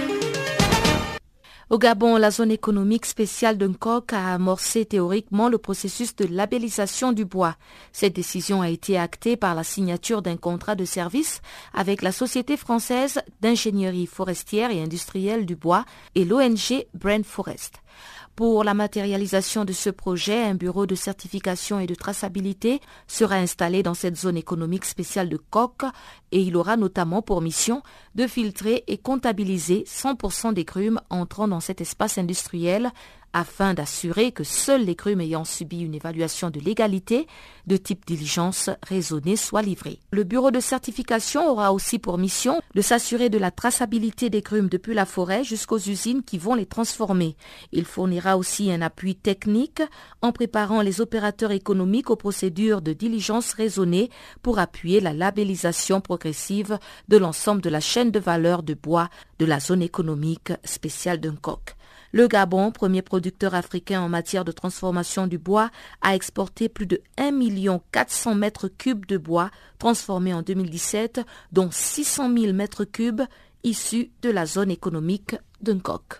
Au Gabon, la zone économique spéciale d'Nkok a amorcé théoriquement le processus de labellisation du bois. Cette décision a été actée par la signature d'un contrat de service avec la Société française d'ingénierie forestière et industrielle du bois et l'O N G Brand Forest. Pour la matérialisation de ce projet, un bureau de certification et de traçabilité sera installé dans cette zone économique spéciale de Nkok et il aura notamment pour mission de filtrer et comptabiliser cent pour cent des grumes entrant dans cet espace industriel afin d'assurer que seuls les grumes ayant subi une évaluation de légalité de type diligence raisonnée soient livrés. Le bureau de certification aura aussi pour mission de s'assurer de la traçabilité des grumes depuis la forêt jusqu'aux usines qui vont les transformer. Il fournira aussi un appui technique en préparant les opérateurs économiques aux procédures de diligence raisonnée pour appuyer la labellisation progressive de l'ensemble de la chaîne de valeur de bois de la zone économique spéciale de Nkok. Le Gabon, premier producteur africain en matière de transformation du bois, a exporté plus de un million quatre cents mètres cubes de bois transformés en deux mille dix-sept, dont six cent mille mètres cubes issus de la zone économique de Nkok.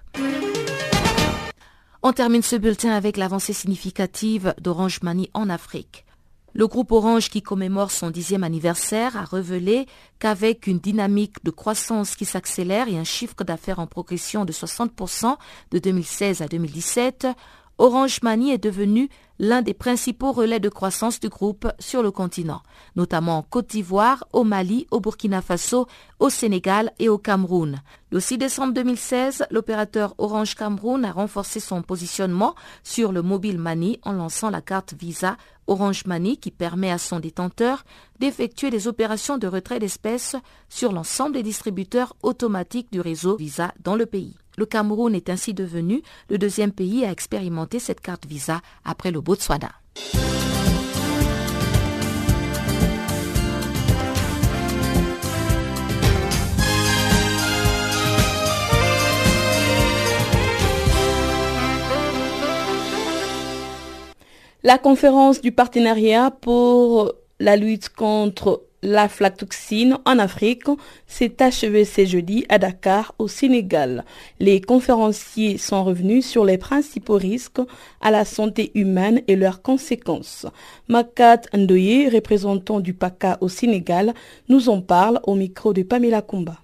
On termine ce bulletin avec l'avancée significative d'Orange Money en Afrique. Le groupe Orange, qui commémore son dixième anniversaire, a révélé qu'avec une dynamique de croissance qui s'accélère et un chiffre d'affaires en progression de soixante pour cent de deux mille seize à deux mille dix-sept, Orange Money est devenu l'un des principaux relais de croissance du groupe sur le continent, notamment en Côte d'Ivoire, au Mali, au Burkina Faso, au Sénégal et au Cameroun. Le six décembre deux mille seize, l'opérateur Orange Cameroun a renforcé son positionnement sur le mobile money en lançant la carte Visa Orange Money qui permet à son détenteur d'effectuer des opérations de retrait d'espèces sur l'ensemble des distributeurs automatiques du réseau Visa dans le pays. Le Cameroun est ainsi devenu le deuxième pays à expérimenter cette carte Visa après le Botswana. La conférence du partenariat pour la lutte contre l'aflatoxine en Afrique s'est achevée ce jeudi à Dakar, au Sénégal. Les conférenciers sont revenus sur les principaux risques à la santé humaine et leurs conséquences. Makat Ndoye, représentant du P A C A au Sénégal, nous en parle au micro de Pamela Kumba.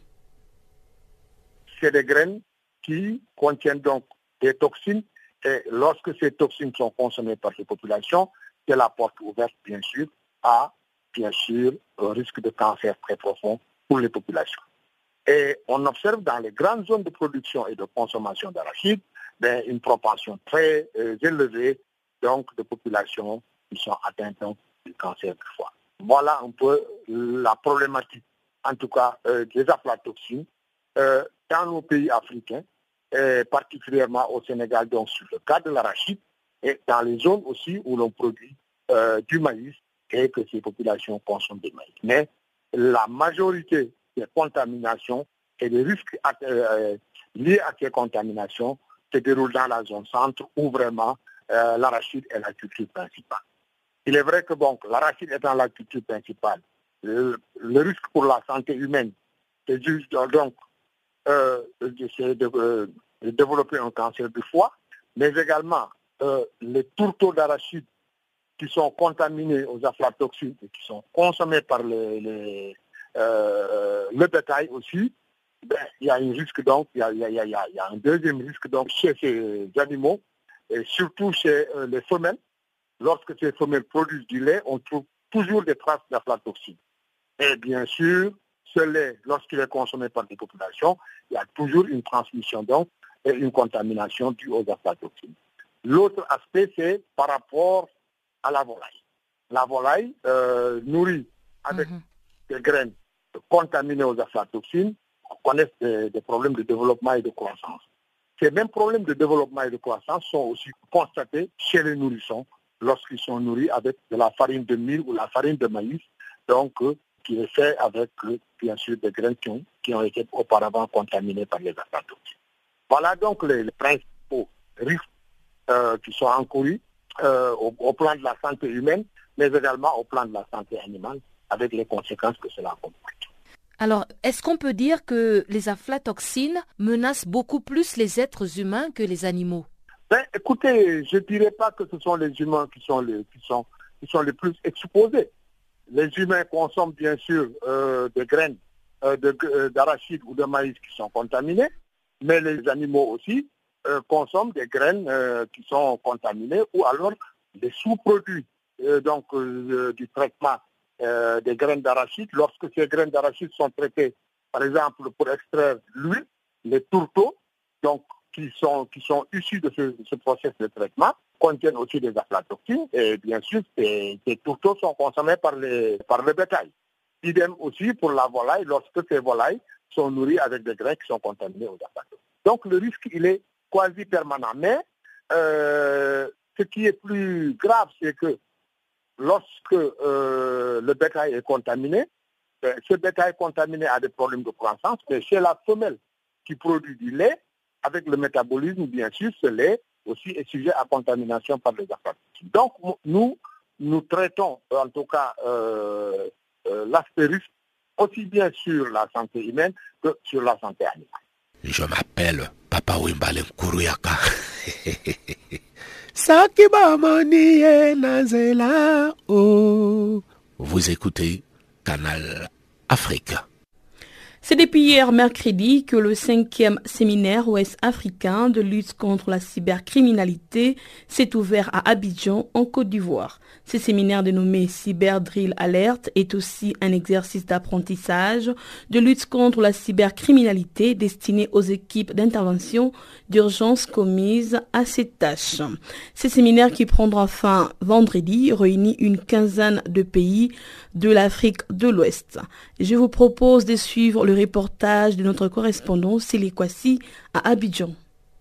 C'est des graines qui contiennent donc des toxines. Et lorsque ces toxines sont consommées par les populations, c'est la porte ouverte, bien sûr, à, bien sûr, un risque de cancer très profond pour les populations. Et on observe dans les grandes zones de production et de consommation d'arachide ben, une propension très euh, élevée donc, de populations qui sont atteintes donc, du cancer du foie. Voilà un peu la problématique, en tout cas, euh, des aflatoxines euh, dans nos pays africains, et particulièrement au Sénégal, donc sur le cas de l'arachide, et dans les zones aussi où l'on produit euh, du maïs et que ces populations consomment du maïs. Mais la majorité des contaminations et des risques euh, liés à ces contaminations se déroulent dans la zone centre où vraiment euh, l'arachide est la culture principale. Il est vrai que bon, l'arachide étant la culture principale, le, le risque pour la santé humaine, c'est juste donc euh, de, de, euh, de développer un cancer du foie, mais également euh, les tourteaux d'arachide qui sont contaminés aux aflatoxines et qui sont consommés par le, le, euh, le bétail aussi, ben, il y a un risque donc, il y a, il y a, il y a, il y a un deuxième risque donc chez ces animaux, et surtout chez euh, les femelles. Lorsque ces femelles produisent du lait, on trouve toujours des traces d'aflatoxines. Et bien sûr, ce lait, lorsqu'il est consommé par des populations, il y a toujours une transmission donc et une contamination due aux aflatoxines. L'autre aspect, c'est par rapport à la volaille. La volaille euh, nourrie avec mmh. des graines contaminées aux aflatoxines connaissent des, des problèmes de développement et de croissance. Ces mêmes problèmes de développement et de croissance sont aussi constatés chez les nourrissons lorsqu'ils sont nourris avec de la farine de mil ou la farine de maïs, donc euh, qui est fait avec, euh, bien sûr, des graines qui ont, qui ont été auparavant contaminées par les aflatoxines. Voilà donc les, les principaux risques euh, qui sont encourus euh, au, au plan de la santé humaine, mais également au plan de la santé animale, avec les conséquences que cela comporte. Alors, est-ce qu'on peut dire que les aflatoxines menacent beaucoup plus les êtres humains que les animaux? Ben, écoutez, je ne dirais pas que ce sont les humains qui sont les, qui sont, qui sont les plus exposés. Les humains consomment bien sûr euh, des graines euh, de, euh, d'arachide ou de maïs qui sont contaminées, mais les animaux aussi euh, consomment des graines euh, qui sont contaminées ou alors des sous-produits euh, donc, euh, du traitement euh, des graines d'arachide. Lorsque ces graines d'arachide sont traitées, par exemple, pour extraire l'huile, les tourteaux, donc qui sont, qui sont issus de ce, de ce processus de traitement, contiennent aussi des aflatoxines et bien sûr ces, ces tourteaux sont consommés par, les, par le bétail. Idem aussi pour la volaille lorsque ces volailles sont nourries avec des grains qui sont contaminés aux aflatoxines. Donc le risque il est quasi permanent. Mais euh, ce qui est plus grave c'est que lorsque euh, le bétail est contaminé, euh, ce bétail contaminé a des problèmes de croissance, mais chez la femelle qui produit du lait, avec le métabolisme, bien sûr, ce lait aussi est sujet à contamination par les aflatoxines. Donc, nous, nous traitons, en tout cas, euh, euh, l'aspect risque aussi bien sur la santé humaine que sur la santé animale. Je m'appelle Papa Wimba Lenkuruyaka. Sakiba Moni Nazela. Oh. Vous écoutez Canal Afrique. C'est depuis hier mercredi que le cinquième séminaire ouest-africain de lutte contre la cybercriminalité s'est ouvert à Abidjan, en Côte d'Ivoire. Ce séminaire dénommé Cyber Drill Alert est aussi un exercice d'apprentissage de lutte contre la cybercriminalité destiné aux équipes d'intervention d'urgence commises à ces tâches. Ce séminaire qui prendra fin vendredi réunit une quinzaine de pays de l'Afrique de l'Ouest. Je vous propose de suivre le reportage de notre correspondant Célie Kwasi à Abidjan.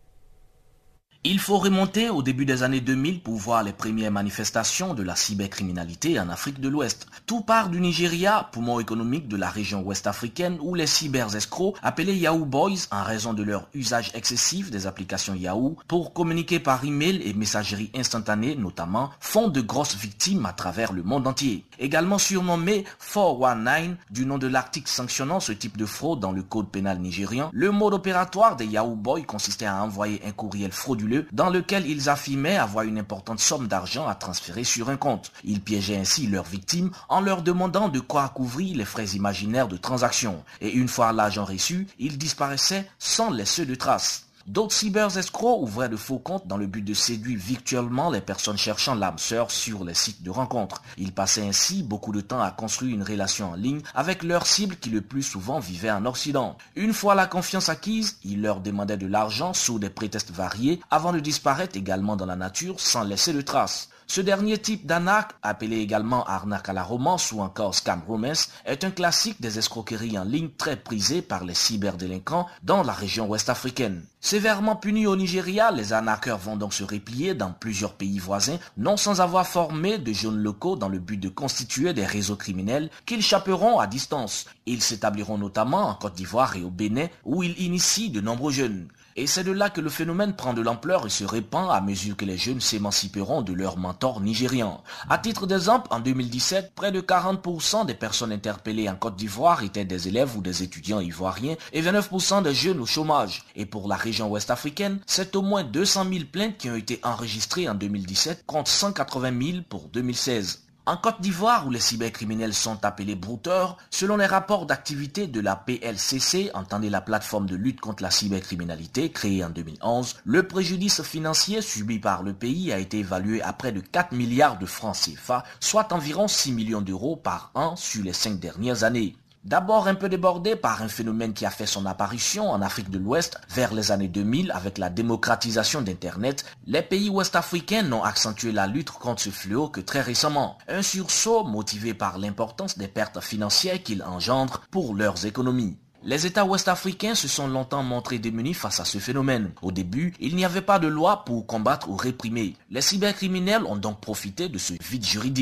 Il faut remonter au début des années deux mille pour voir les premières manifestations de la cybercriminalité en Afrique de l'Ouest. Tout part du Nigeria, poumon économique de la région ouest-africaine, où les cyberescrocs, appelés Yahoo Boys en raison de leur usage excessif des applications Yahoo, pour communiquer par email et messagerie instantanée notamment, font de grosses victimes à travers le monde entier. Également surnommé quatre cent dix-neuf, du nom de l'article sanctionnant ce type de fraude dans le code pénal nigérian, le mode opératoire des Yahoo Boys consistait à envoyer un courriel frauduleux dans lequel ils affirmaient avoir une importante somme d'argent à transférer sur un compte. Ils piégeaient ainsi leurs victimes en leur demandant de quoi couvrir les frais imaginaires de transaction. Et une fois l'argent reçu, ils disparaissaient sans laisser de traces. D'autres cyberescrocs ouvraient de faux comptes dans le but de séduire virtuellement les personnes cherchant l'âme sœur sur les sites de rencontres. Ils passaient ainsi beaucoup de temps à construire une relation en ligne avec leurs cibles qui le plus souvent vivaient en Occident. Une fois la confiance acquise, ils leur demandaient de l'argent sous des prétextes variés avant de disparaître également dans la nature sans laisser de traces. Ce dernier type d'arnaque, appelé également arnaque à la romance ou encore scam romance, est un classique des escroqueries en ligne très prisé par les cyberdélinquants dans la région ouest-africaine. Sévèrement punis au Nigeria, les arnaqueurs vont donc se replier dans plusieurs pays voisins, non sans avoir formé de jeunes locaux dans le but de constituer des réseaux criminels qu'ils chaperont à distance. Ils s'établiront notamment en Côte d'Ivoire et au Bénin, où ils initient de nombreux jeunes. Et c'est de là que le phénomène prend de l'ampleur et se répand à mesure que les jeunes s'émanciperont de leurs mentors nigérians. À titre d'exemple, en deux mille dix-sept, près de quarante pour cent des personnes interpellées en Côte d'Ivoire étaient des élèves ou des étudiants ivoiriens et vingt-neuf pour cent des jeunes au chômage. Et pour la région ouest-africaine, c'est au moins deux cent mille plaintes qui ont été enregistrées en deux mille dix-sept contre cent quatre-vingt mille pour deux mille seize. En Côte d'Ivoire, où les cybercriminels sont appelés brouteurs, selon les rapports d'activité de la P L C C, entendez la plateforme de lutte contre la cybercriminalité créée en deux mille onze, le préjudice financier subi par le pays a été évalué à près de quatre milliards de francs C F A, soit environ six millions d'euros par an sur les cinq dernières années. D'abord un peu débordé par un phénomène qui a fait son apparition en Afrique de l'Ouest vers les années deux mille avec la démocratisation d'Internet, les pays ouest-africains n'ont accentué la lutte contre ce fléau que très récemment. Un sursaut motivé par l'importance des pertes financières qu'il engendre pour leurs économies. Les États ouest-africains se sont longtemps montrés démunis face à ce phénomène. Au début, il n'y avait pas de loi pour combattre ou réprimer. Les cybercriminels ont donc profité de ce vide juridique.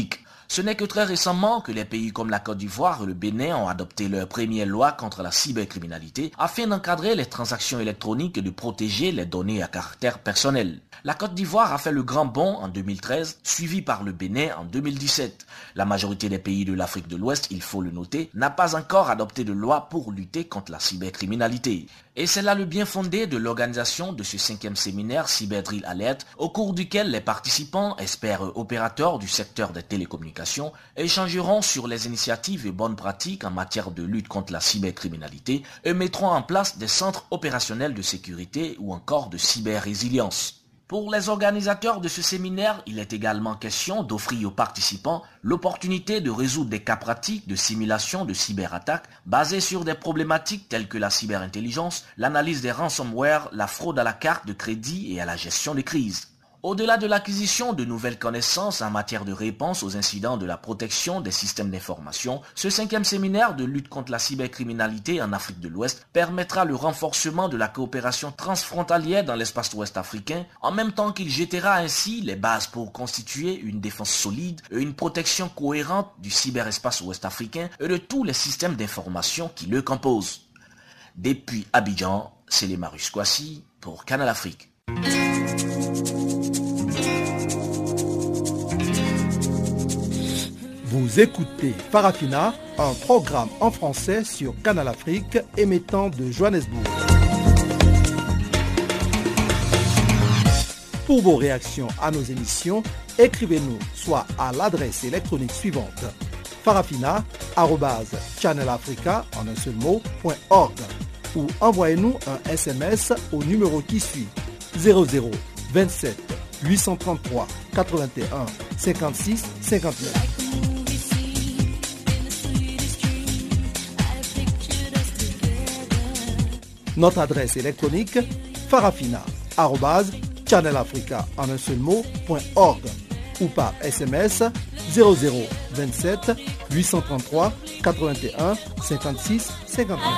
Ce n'est que très récemment que les pays comme la Côte d'Ivoire et le Bénin ont adopté leur première loi contre la cybercriminalité afin d'encadrer les transactions électroniques et de protéger les données à caractère personnel. La Côte d'Ivoire a fait le grand bond en deux mille treize, suivi par le Bénin en deux mille dix-sept. La majorité des pays de l'Afrique de l'Ouest, il faut le noter, n'a pas encore adopté de loi pour lutter contre la cybercriminalité. Et c'est là le bien fondé de l'organisation de ce cinquième séminaire Cyberdrill Alert, au cours duquel les participants, experts opérateurs du secteur des télécommunications, échangeront sur les initiatives et bonnes pratiques en matière de lutte contre la cybercriminalité et mettront en place des centres opérationnels de sécurité ou encore de cyber-résilience. Pour les organisateurs de ce séminaire, il est également question d'offrir aux participants l'opportunité de résoudre des cas pratiques de simulation de cyberattaques basées sur des problématiques telles que la cyberintelligence, l'analyse des ransomware, la fraude à la carte de crédit et à la gestion des crises. Au-delà de l'acquisition de nouvelles connaissances en matière de réponse aux incidents de la protection des systèmes d'information, ce cinquième séminaire de lutte contre la cybercriminalité en Afrique de l'Ouest permettra le renforcement de la coopération transfrontalière dans l'espace ouest africain, en même temps qu'il jettera ainsi les bases pour constituer une défense solide et une protection cohérente du cyberespace ouest africain et de tous les systèmes d'information qui le composent. Depuis Abidjan, c'est les Marius Kwasi pour Canal Afrique. Vous écoutez Farafina, un programme en français sur Canal Afrique émettant de Johannesburg. Pour vos réactions à nos émissions, écrivez-nous soit à l'adresse électronique suivante farafina arobase channelafrica en un seul mot point org ou envoyez-nous un S M S au numéro qui suit zéro zéro vingt-sept huit cent trente-trois quatre-vingt-un cinquante-six cinquante-neuf. Notre adresse électronique farafina arobase channelafrica en un seul mot point org ou par S M S zéro zéro vingt-sept huit cent trente-trois quatre-vingt-un cinquante-six cinquante-neuf.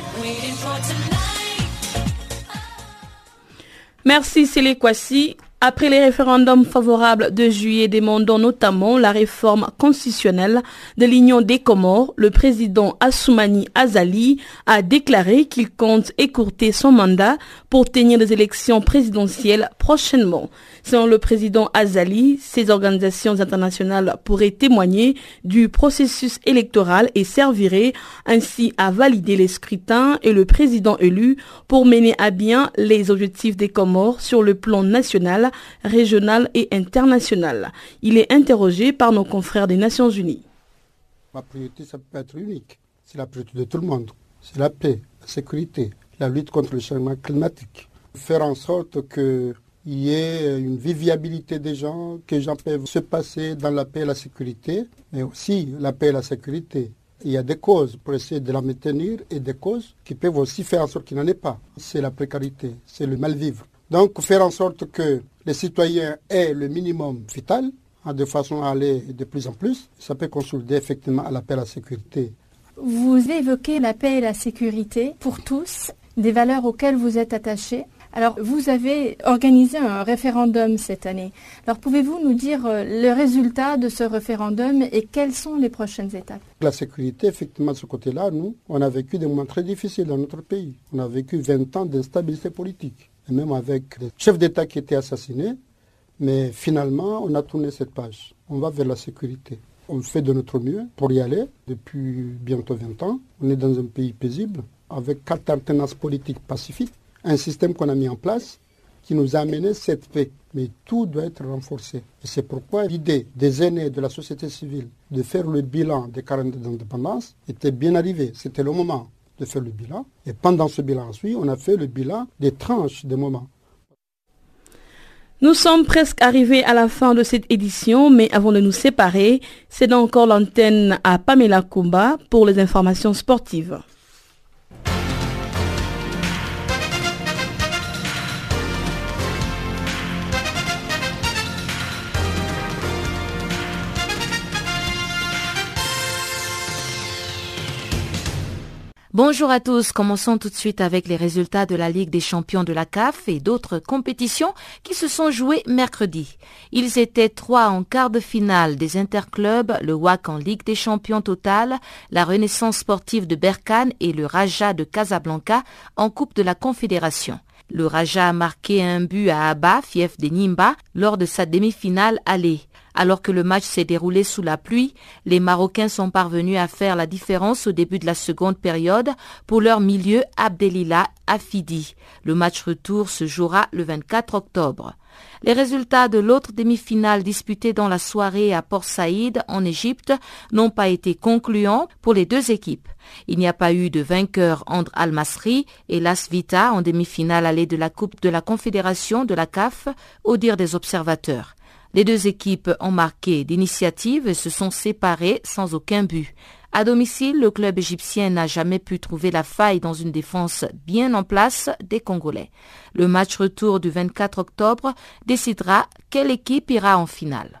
Merci Célé Kwasi. Après les référendums favorables de juillet demandant notamment la réforme constitutionnelle de l'Union des Comores, le président Assoumani Azali a déclaré qu'il compte écourter son mandat pour tenir des élections présidentielles prochainement. Selon le président Azali, ces organisations internationales pourraient témoigner du processus électoral et serviraient ainsi à valider les scrutins et le président élu pour mener à bien les objectifs des Comores sur le plan national, régional et international. Il est interrogé par nos confrères des Nations Unies. Ma priorité, ça peut être unique. C'est la priorité de tout le monde. C'est la paix, la sécurité, la lutte contre le changement climatique. Faire en sorte qu'il y ait une viabilité des gens, que les gens peuvent se passer dans la paix et la sécurité, mais aussi la paix et la sécurité. Il y a des causes pour essayer de la maintenir et des causes qui peuvent aussi faire en sorte qu'il n'en ait pas. C'est la précarité, c'est le mal-vivre. Donc faire en sorte que les citoyens aient le minimum vital, de façon à aller de plus en plus, ça peut consolider effectivement à la paix et la sécurité. Vous évoquez la paix et la sécurité pour tous, des valeurs auxquelles vous êtes attachés. Alors, vous avez organisé un référendum cette année. Alors, pouvez-vous nous dire le résultat de ce référendum et quelles sont les prochaines étapes? La sécurité, effectivement, de ce côté-là, nous, on a vécu des moments très difficiles dans notre pays. On a vécu vingt ans d'instabilité politique, et même avec des chefs d'État qui étaient assassinés. Mais finalement, on a tourné cette page. On va vers la sécurité. On fait de notre mieux pour y aller depuis bientôt vingt ans. On est dans un pays paisible, avec quatre alternances politiques pacifiques. Un système qu'on a mis en place qui nous a amené cette paix. Mais tout doit être renforcé. Et c'est pourquoi l'idée des aînés de la société civile de faire le bilan des quarante ans d'indépendance était bien arrivée. C'était le moment de faire le bilan. Et pendant ce bilan ensuite, on a fait le bilan des tranches des moments. Nous sommes presque arrivés à la fin de cette édition, mais avant de nous séparer, c'est encore l'antenne à Pamela Kumba pour les informations sportives. Bonjour à tous, commençons tout de suite avec les résultats de la Ligue des champions de la C A F et d'autres compétitions qui se sont jouées mercredi. Ils étaient trois en quart de finale des interclubs, le W A C en Ligue des champions totale, la Renaissance sportive de Berkane et le Raja de Casablanca en Coupe de la Confédération. Le Raja a marqué un but à Aba, fief des Nimba, lors de sa demi-finale aller. Alors que le match s'est déroulé sous la pluie, les Marocains sont parvenus à faire la différence au début de la seconde période pour leur milieu Abdelila Afidi. Le match retour se jouera le vingt-quatre octobre. Les résultats de l'autre demi-finale disputée dans la soirée à Port Saïd, en Égypte, n'ont pas été concluants pour les deux équipes. Il n'y a pas eu de vainqueur entre Al-Masri et Las Vita en demi-finale allée de la Coupe de la Confédération de la C A F, au dire des observateurs. Les deux équipes ont marqué d'initiative et se sont séparées sans aucun but. À domicile, le club égyptien n'a jamais pu trouver la faille dans une défense bien en place des Congolais. Le match retour du vingt-quatre octobre décidera quelle équipe ira en finale.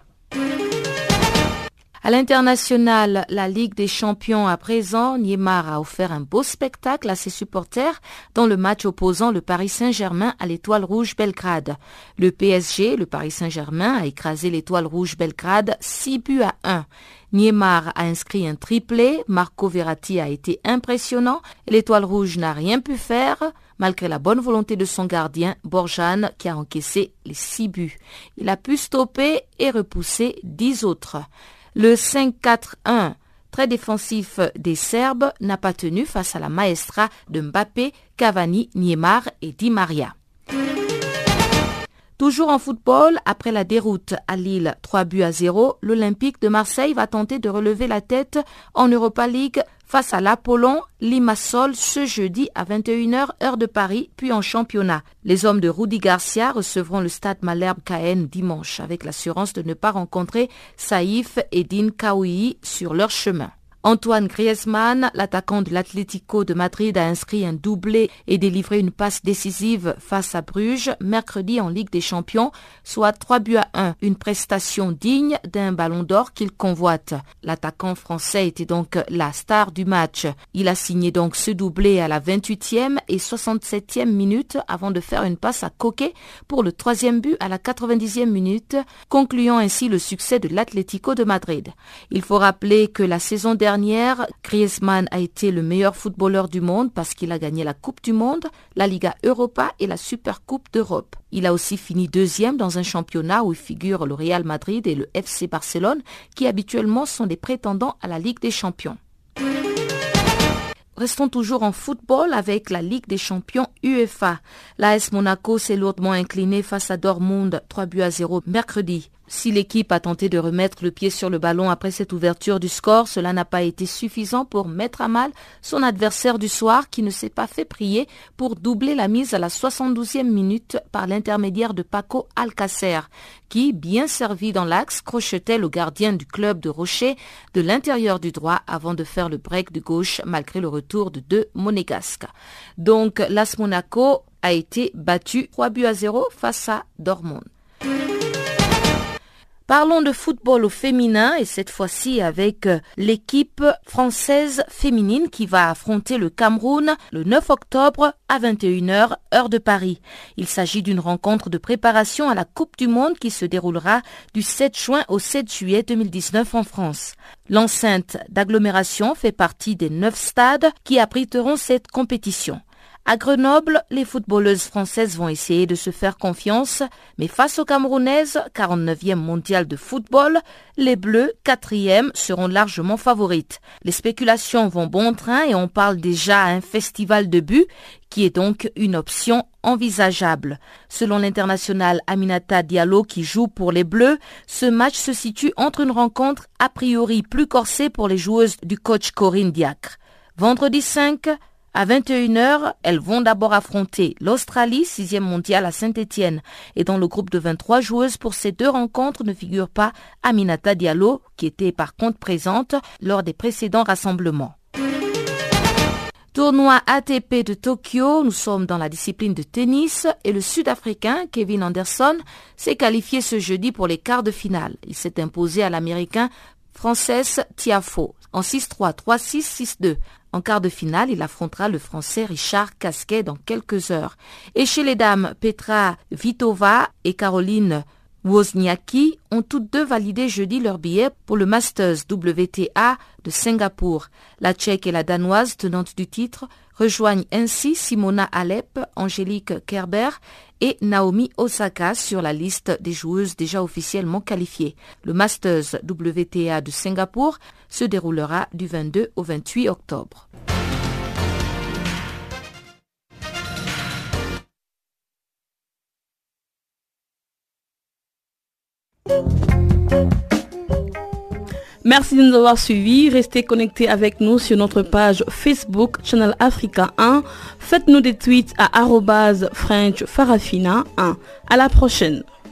À l'international, la Ligue des champions à présent, Neymar a offert un beau spectacle à ses supporters dans le match opposant le Paris Saint-Germain à l'Étoile Rouge Belgrade. Le P S G, le Paris Saint-Germain, a écrasé l'Étoile Rouge Belgrade six buts à un. Neymar a inscrit un triplé, Marco Verratti a été impressionnant et l'Étoile Rouge n'a rien pu faire malgré la bonne volonté de son gardien, Borjan, qui a encaissé les six buts. Il a pu stopper et repousser dix autres. Le cinq quatre un, très défensif des Serbes, n'a pas tenu face à la maestra de Mbappé, Cavani, Neymar et Di Maria. Toujours en football, après la déroute à Lille trois buts à zéro, l'Olympique de Marseille va tenter de relever la tête en Europa League face à l'Apollon Limassol ce jeudi à vingt et une heures heure de Paris, puis en championnat. Les hommes de Rudy Garcia recevront le stade Malherbe K N dimanche avec l'assurance de ne pas rencontrer Saïf et Din Kaoui sur leur chemin. Antoine Griezmann, l'attaquant de l'Atlético de Madrid, a inscrit un doublé et délivré une passe décisive face à Bruges mercredi en Ligue des Champions, soit trois buts à un, une prestation digne d'un ballon d'or qu'il convoite. L'attaquant français était donc la star du match. Il a signé donc ce doublé à la vingt-huitième et soixante-septième minute avant de faire une passe à Coquet pour le troisième but à la quatre-vingt-dixième minute, concluant ainsi le succès de l'Atlético de Madrid. Il faut rappeler que la saison dernière, Dernière, Griezmann a été le meilleur footballeur du monde parce qu'il a gagné la Coupe du Monde, la Liga Europa et la Supercoupe d'Europe. Il a aussi fini deuxième dans un championnat où figurent le Real Madrid et le F C Barcelone qui habituellement sont des prétendants à la Ligue des Champions. Restons toujours en football avec la Ligue des champions UEFA. L'A S Monaco s'est lourdement incliné face à Dortmund, trois buts à zéro mercredi. Si l'équipe a tenté de remettre le pied sur le ballon après cette ouverture du score, cela n'a pas été suffisant pour mettre à mal son adversaire du soir qui ne s'est pas fait prier pour doubler la mise à la soixante-douzième minute par l'intermédiaire de Paco Alcácer, qui, bien servi dans l'axe, crochetait le gardien du club de Rocher de l'intérieur du droit avant de faire le break de gauche malgré le retour de deux monégasques. Donc, l'A S Monaco a été battu trois buts à zéro face à Dortmund. Parlons de football au féminin et cette fois-ci avec l'équipe française féminine qui va affronter le Cameroun le neuf octobre à vingt et une heures heure de Paris. Il s'agit d'une rencontre de préparation à la Coupe du Monde qui se déroulera du sept juin au sept juillet deux mille dix-neuf en France. L'enceinte d'agglomération fait partie des neuf stades qui abriteront cette compétition. À Grenoble, les footballeuses françaises vont essayer de se faire confiance, mais face aux Camerounaises, quarante-neuvième mondial de football, les Bleus, quatrième, seront largement favorites. Les spéculations vont bon train et on parle déjà à un festival de buts, qui est donc une option envisageable. Selon l'international Aminata Diallo qui joue pour les Bleus, ce match se situe entre une rencontre a priori plus corsée pour les joueuses du coach Corinne Diacre. Vendredi cinq, à vingt et une heures, elles vont d'abord affronter l'Australie, sixième mondiale à Saint-Étienne. Et dans le groupe de vingt-trois joueuses pour ces deux rencontres ne figure pas Aminata Diallo, qui était par contre présente lors des précédents rassemblements. Tournoi A T P de Tokyo, nous sommes dans la discipline de tennis et le Sud-Africain Kevin Anderson s'est qualifié ce jeudi pour les quarts de finale. Il s'est imposé à l'Américain Frances Tiafoe en six trois, trois six, six deux. En quart de finale, il affrontera le Français Richard Casquet dans quelques heures. Et chez les dames, Petra Vitova et Caroline Wozniacki ont toutes deux validé jeudi leur billet pour le Masters W T A de Singapour. La Tchèque et la Danoise, tenantes du titre, rejoignent ainsi Simona Alep, Angélique Kerber et Naomi Osaka sur la liste des joueuses déjà officiellement qualifiées. Le Masters W T A de Singapour se déroulera du vingt-deux au vingt-huit octobre. Merci de nous avoir suivis. Restez connectés avec nous sur notre page Facebook Channel Africa un. Faites-nous des tweets à arobase French Farafina un. À la prochaine.